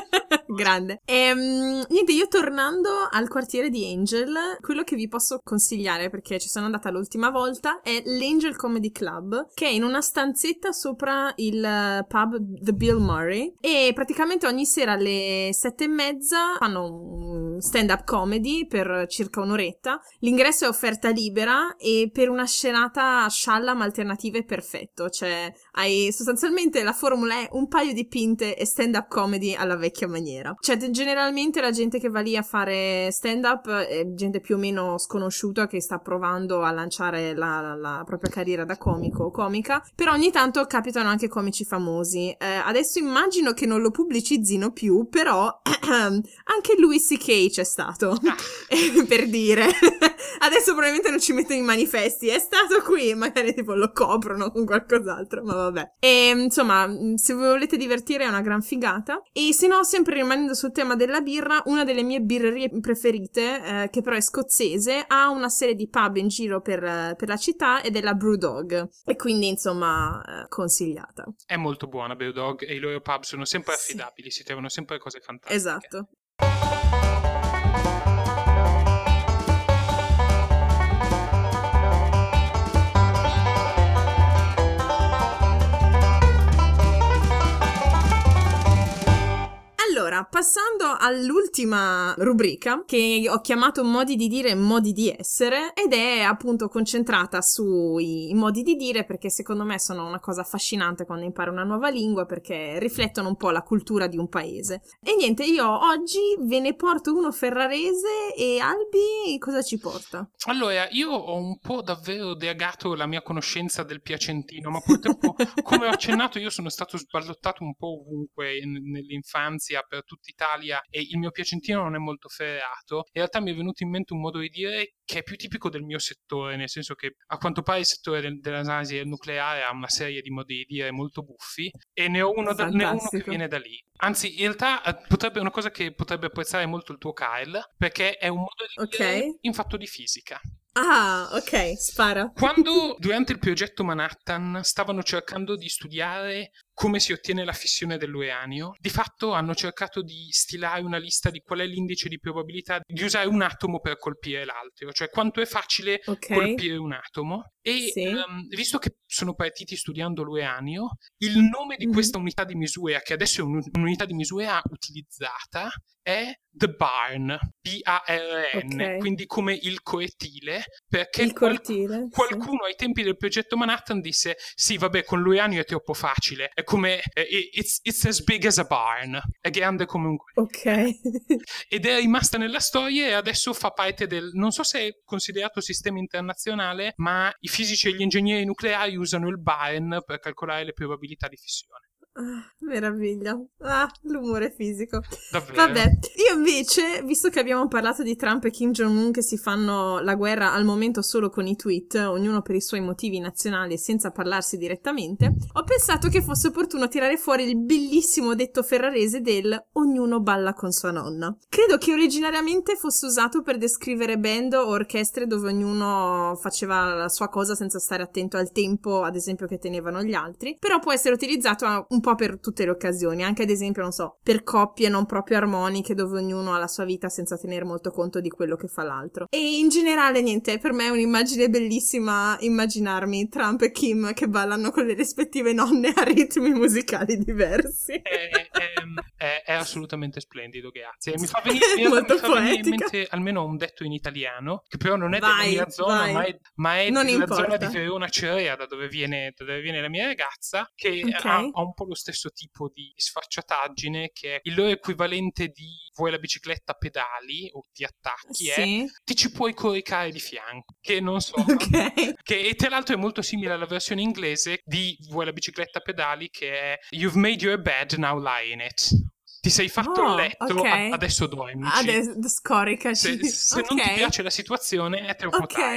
Grande. E, um, niente, io tornando al quartiere di Angel, quello che vi posso consigliare, perché ci sono andata l'ultima volta, è l'Angel Comedy Club, che è in una stanzetta sopra il pub The Bill Murray, e praticamente ogni sera alle sette e mezza fanno un stand-up comedy per circa un'oretta. L'ingresso è offerta libera e per una scenata scialla ma alternativa è perfetto, cioè hai sostanzialmente la formula è un paio di pinte e stand-up comedy alla vecchia maniera. Cioè generalmente la gente che va lì a fare stand-up è gente più o meno sconosciuta che sta provando a lanciare la, la, la propria carriera da comico o comica, però ogni tanto capitano anche comici famosi. Eh, adesso immagino che non lo pubblicizzino più, però anche Louis C K c'è stato, per dire. Adesso probabilmente non ci mettono i manifesti, è stato qui, magari tipo lo coprono con qualcos'altro, ma vabbè. E insomma, se vi volete divertire è una gran figata. E se no, sempre rimanendo sul tema della birra, una delle mie birrerie preferite, eh, che però è scozzese, ha una serie di pub in giro per, per la città ed è la Brewdog, e quindi insomma eh, consigliata. È molto buona Brewdog e i loro pub sono sempre Sì. affidabili, si trovano sempre cose fantastiche. Esatto. Allora, passando all'ultima rubrica, che ho chiamato modi di dire e modi di essere, ed è appunto concentrata sui modi di dire, perché secondo me sono una cosa affascinante quando impari una nuova lingua, perché riflettono un po' la cultura di un paese. E niente, io oggi ve ne porto uno ferrarese, e Albi cosa ci porta? Allora, io ho un po' davvero deagato la mia conoscenza del piacentino, ma purtroppo, come ho accennato, io sono stato sballottato un po' ovunque in- nell'infanzia, per tutta Italia, e il mio piacentino non è molto ferrato. In realtà mi è venuto in mente un modo di dire che è più tipico del mio settore, nel senso che a quanto pare il settore del, dell'analisi del nucleare ha una serie di modi di dire molto buffi, e ne ho uno, da, ne ho uno che viene da lì. Anzi, in realtà eh, potrebbe una cosa che potrebbe apprezzare molto il tuo Kyle, perché è un modo di Ok. dire in fatto di fisica. Ah, ok, spara. Quando durante il progetto Manhattan stavano cercando di studiare come si ottiene la fissione dell'uranio, di fatto hanno cercato di stilare una lista di qual è l'indice di probabilità di usare un atomo per colpire l'altro, cioè quanto è facile Ok. colpire un atomo. E Sì. um, visto che sono partiti studiando l'uranio, il nome di Mhm. questa unità di misura, che adesso è un- un'unità di misura utilizzata, è The Barn, B A R N, Ok. quindi come il cortile, perché Il qual- cortile, sì. qualcuno ai tempi del progetto Manhattan disse sì, vabbè, con l'uranio è troppo facile, è come eh, it's, it's as big as a barn, è grande come un cortile. Ok. Ed è rimasta nella storia e adesso fa parte del, non so se è considerato sistema internazionale, ma i fisici e gli ingegneri nucleari usano il barn per calcolare le probabilità di fissione. Ah, meraviglia. Ah, l'umore fisico. Davvero. Vabbè, io invece, visto che abbiamo parlato di Trump e Kim Jong-un che si fanno la guerra al momento solo con i tweet, ognuno per i suoi motivi nazionali e senza parlarsi direttamente, ho pensato che fosse opportuno tirare fuori il bellissimo detto ferrarese del ognuno balla con sua nonna. Credo che originariamente fosse usato per descrivere band o orchestre dove ognuno faceva la sua cosa senza stare attento al tempo, ad esempio, che tenevano gli altri, però può essere utilizzato a un po' per tutte le occasioni, anche ad esempio, non so, per coppie non proprio armoniche dove ognuno ha la sua vita senza tenere molto conto di quello che fa l'altro. E in generale, niente, per me è un'immagine bellissima immaginarmi Trump e Kim che ballano con le rispettive nonne a ritmi musicali diversi. È, è, è, è assolutamente splendido, grazie. Mi fa venire, mi Molto mi fa venire in poetica. mente almeno un detto in italiano, che però non è Vai, della mia zona, vai. ma è, ma è Non della importa. zona di Verona Cerea, da dove viene, da dove viene la mia ragazza, che Ok. ha, ha un po' lo stesso tipo di sfacciataggine, che è il loro equivalente di vuoi la bicicletta a pedali o ti attacchi, è Sì. ti ci puoi coricare di fianco, che non so, Ok. che e tra l'altro è molto simile alla versione inglese di vuoi la bicicletta a pedali, che è you've made your bed, now lie in it. Ti sei fatto Oh, il letto, ok. a- adesso dormici. Adesso scoricaci. Se, se Ok. non ti piace la situazione, te lo Ok. proteggi.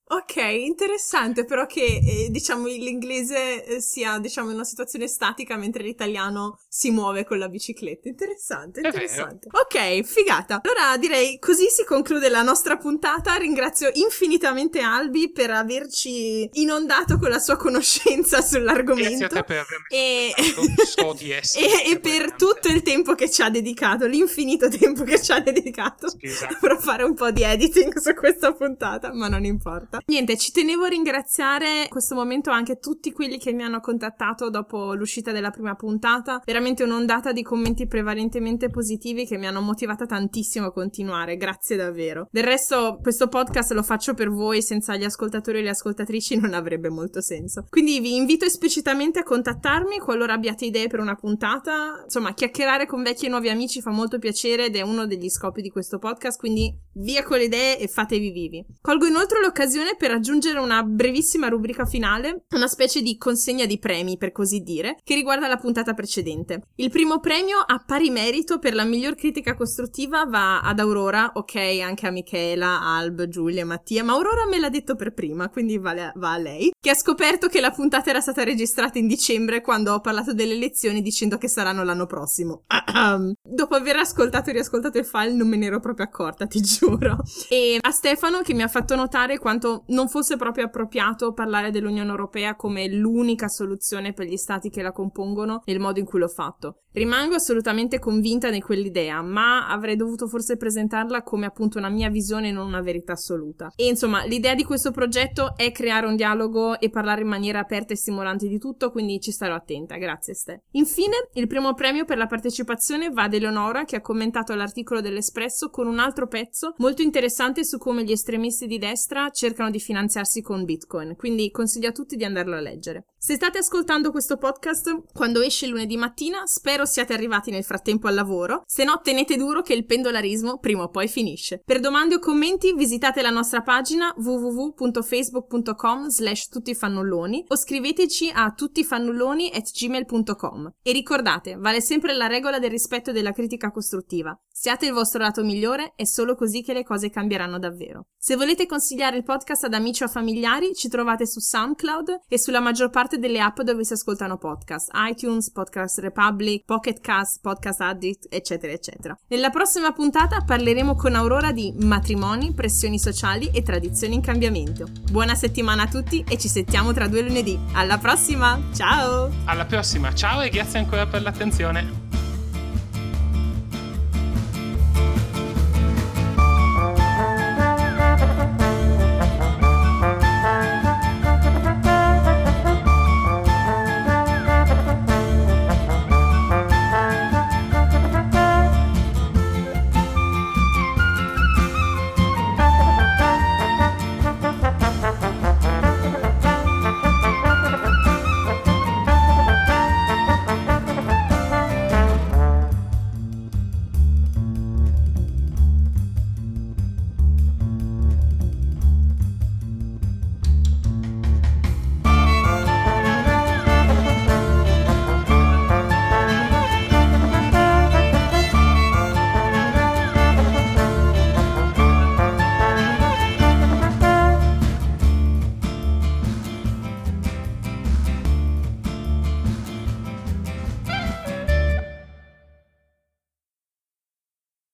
Ok, interessante però che eh, diciamo l'inglese eh, sia diciamo in una situazione statica mentre l'italiano si muove con la bicicletta. Interessante, interessante. Ok, figata. Allora direi così si conclude la nostra puntata. Ringrazio infinitamente Albi per averci inondato con la sua conoscenza sull'argomento. Grazie a te per avermi e... so di essere e, e per tutto il tempo che ci ha dedicato, l'infinito tempo che ci ha dedicato esatto. per fare un po' di editing su questa puntata, ma non importa. Niente, ci tenevo a ringraziare in questo momento anche tutti quelli che mi hanno contattato dopo l'uscita della prima puntata, veramente un'ondata di commenti prevalentemente positivi che mi hanno motivata tantissimo a continuare, grazie davvero. Del resto questo podcast lo faccio per voi, senza gli ascoltatori e le ascoltatrici non avrebbe molto senso. Quindi vi invito esplicitamente a contattarmi qualora abbiate idee per una puntata, insomma chiacchierare con vecchi e nuovi amici fa molto piacere ed è uno degli scopi di questo podcast, quindi via con le idee e fatevi vivi. Colgo inoltre l'occasione per aggiungere una brevissima rubrica finale, una specie di consegna di premi per così dire, che riguarda la puntata precedente. Il primo premio a pari merito per la miglior critica costruttiva va ad Aurora, ok anche a Michela, Alb, Giulia, Mattia, ma Aurora me l'ha detto per prima, quindi va a, va a lei, che ha scoperto che la puntata era stata registrata in dicembre quando ho parlato delle elezioni dicendo che saranno l'anno prossimo. Dopo aver ascoltato e riascoltato il file non me ne ero proprio accorta, ti giuro. E a Stefano che mi ha fatto notare quanto non fosse proprio appropriato parlare dell'Unione Europea come l'unica soluzione per gli stati che la compongono nel modo in cui l'ho fatto. Rimango assolutamente convinta di quell'idea, ma avrei dovuto forse presentarla come appunto una mia visione e non una verità assoluta. E insomma, l'idea di questo progetto è creare un dialogo e parlare in maniera aperta e stimolante di tutto, quindi ci starò attenta. Grazie Ste. Infine, il primo premio per la partecipazione va ad Eleonora, che ha commentato l'articolo dell'Espresso con un altro pezzo molto interessante su come gli estremisti di destra cercano di finanziarsi con Bitcoin, quindi consiglio a tutti di andarlo a leggere. Se state ascoltando questo podcast quando esce lunedì mattina, spero siate arrivati nel frattempo al lavoro, se no tenete duro che il pendolarismo prima o poi finisce. Per domande o commenti visitate la nostra pagina w w w punto facebook punto com slash tuttifannulloni o scriveteci a tuttifannulloni at gmail punto com. E ricordate, vale sempre la regola del rispetto e della critica costruttiva. Siate il vostro lato migliore, è solo così che le cose cambieranno davvero. Se volete consigliare il podcast ad amici o familiari, ci trovate su SoundCloud e sulla maggior parte delle app dove si ascoltano podcast, iTunes, Podcast Republic, Pocket Cast, Podcast Addict, eccetera eccetera. Nella prossima puntata parleremo con Aurora di matrimoni, pressioni sociali e tradizioni in cambiamento. Buona settimana a tutti e ci sentiamo tra due lunedì. Alla prossima, ciao! Alla prossima, ciao e grazie ancora per l'attenzione.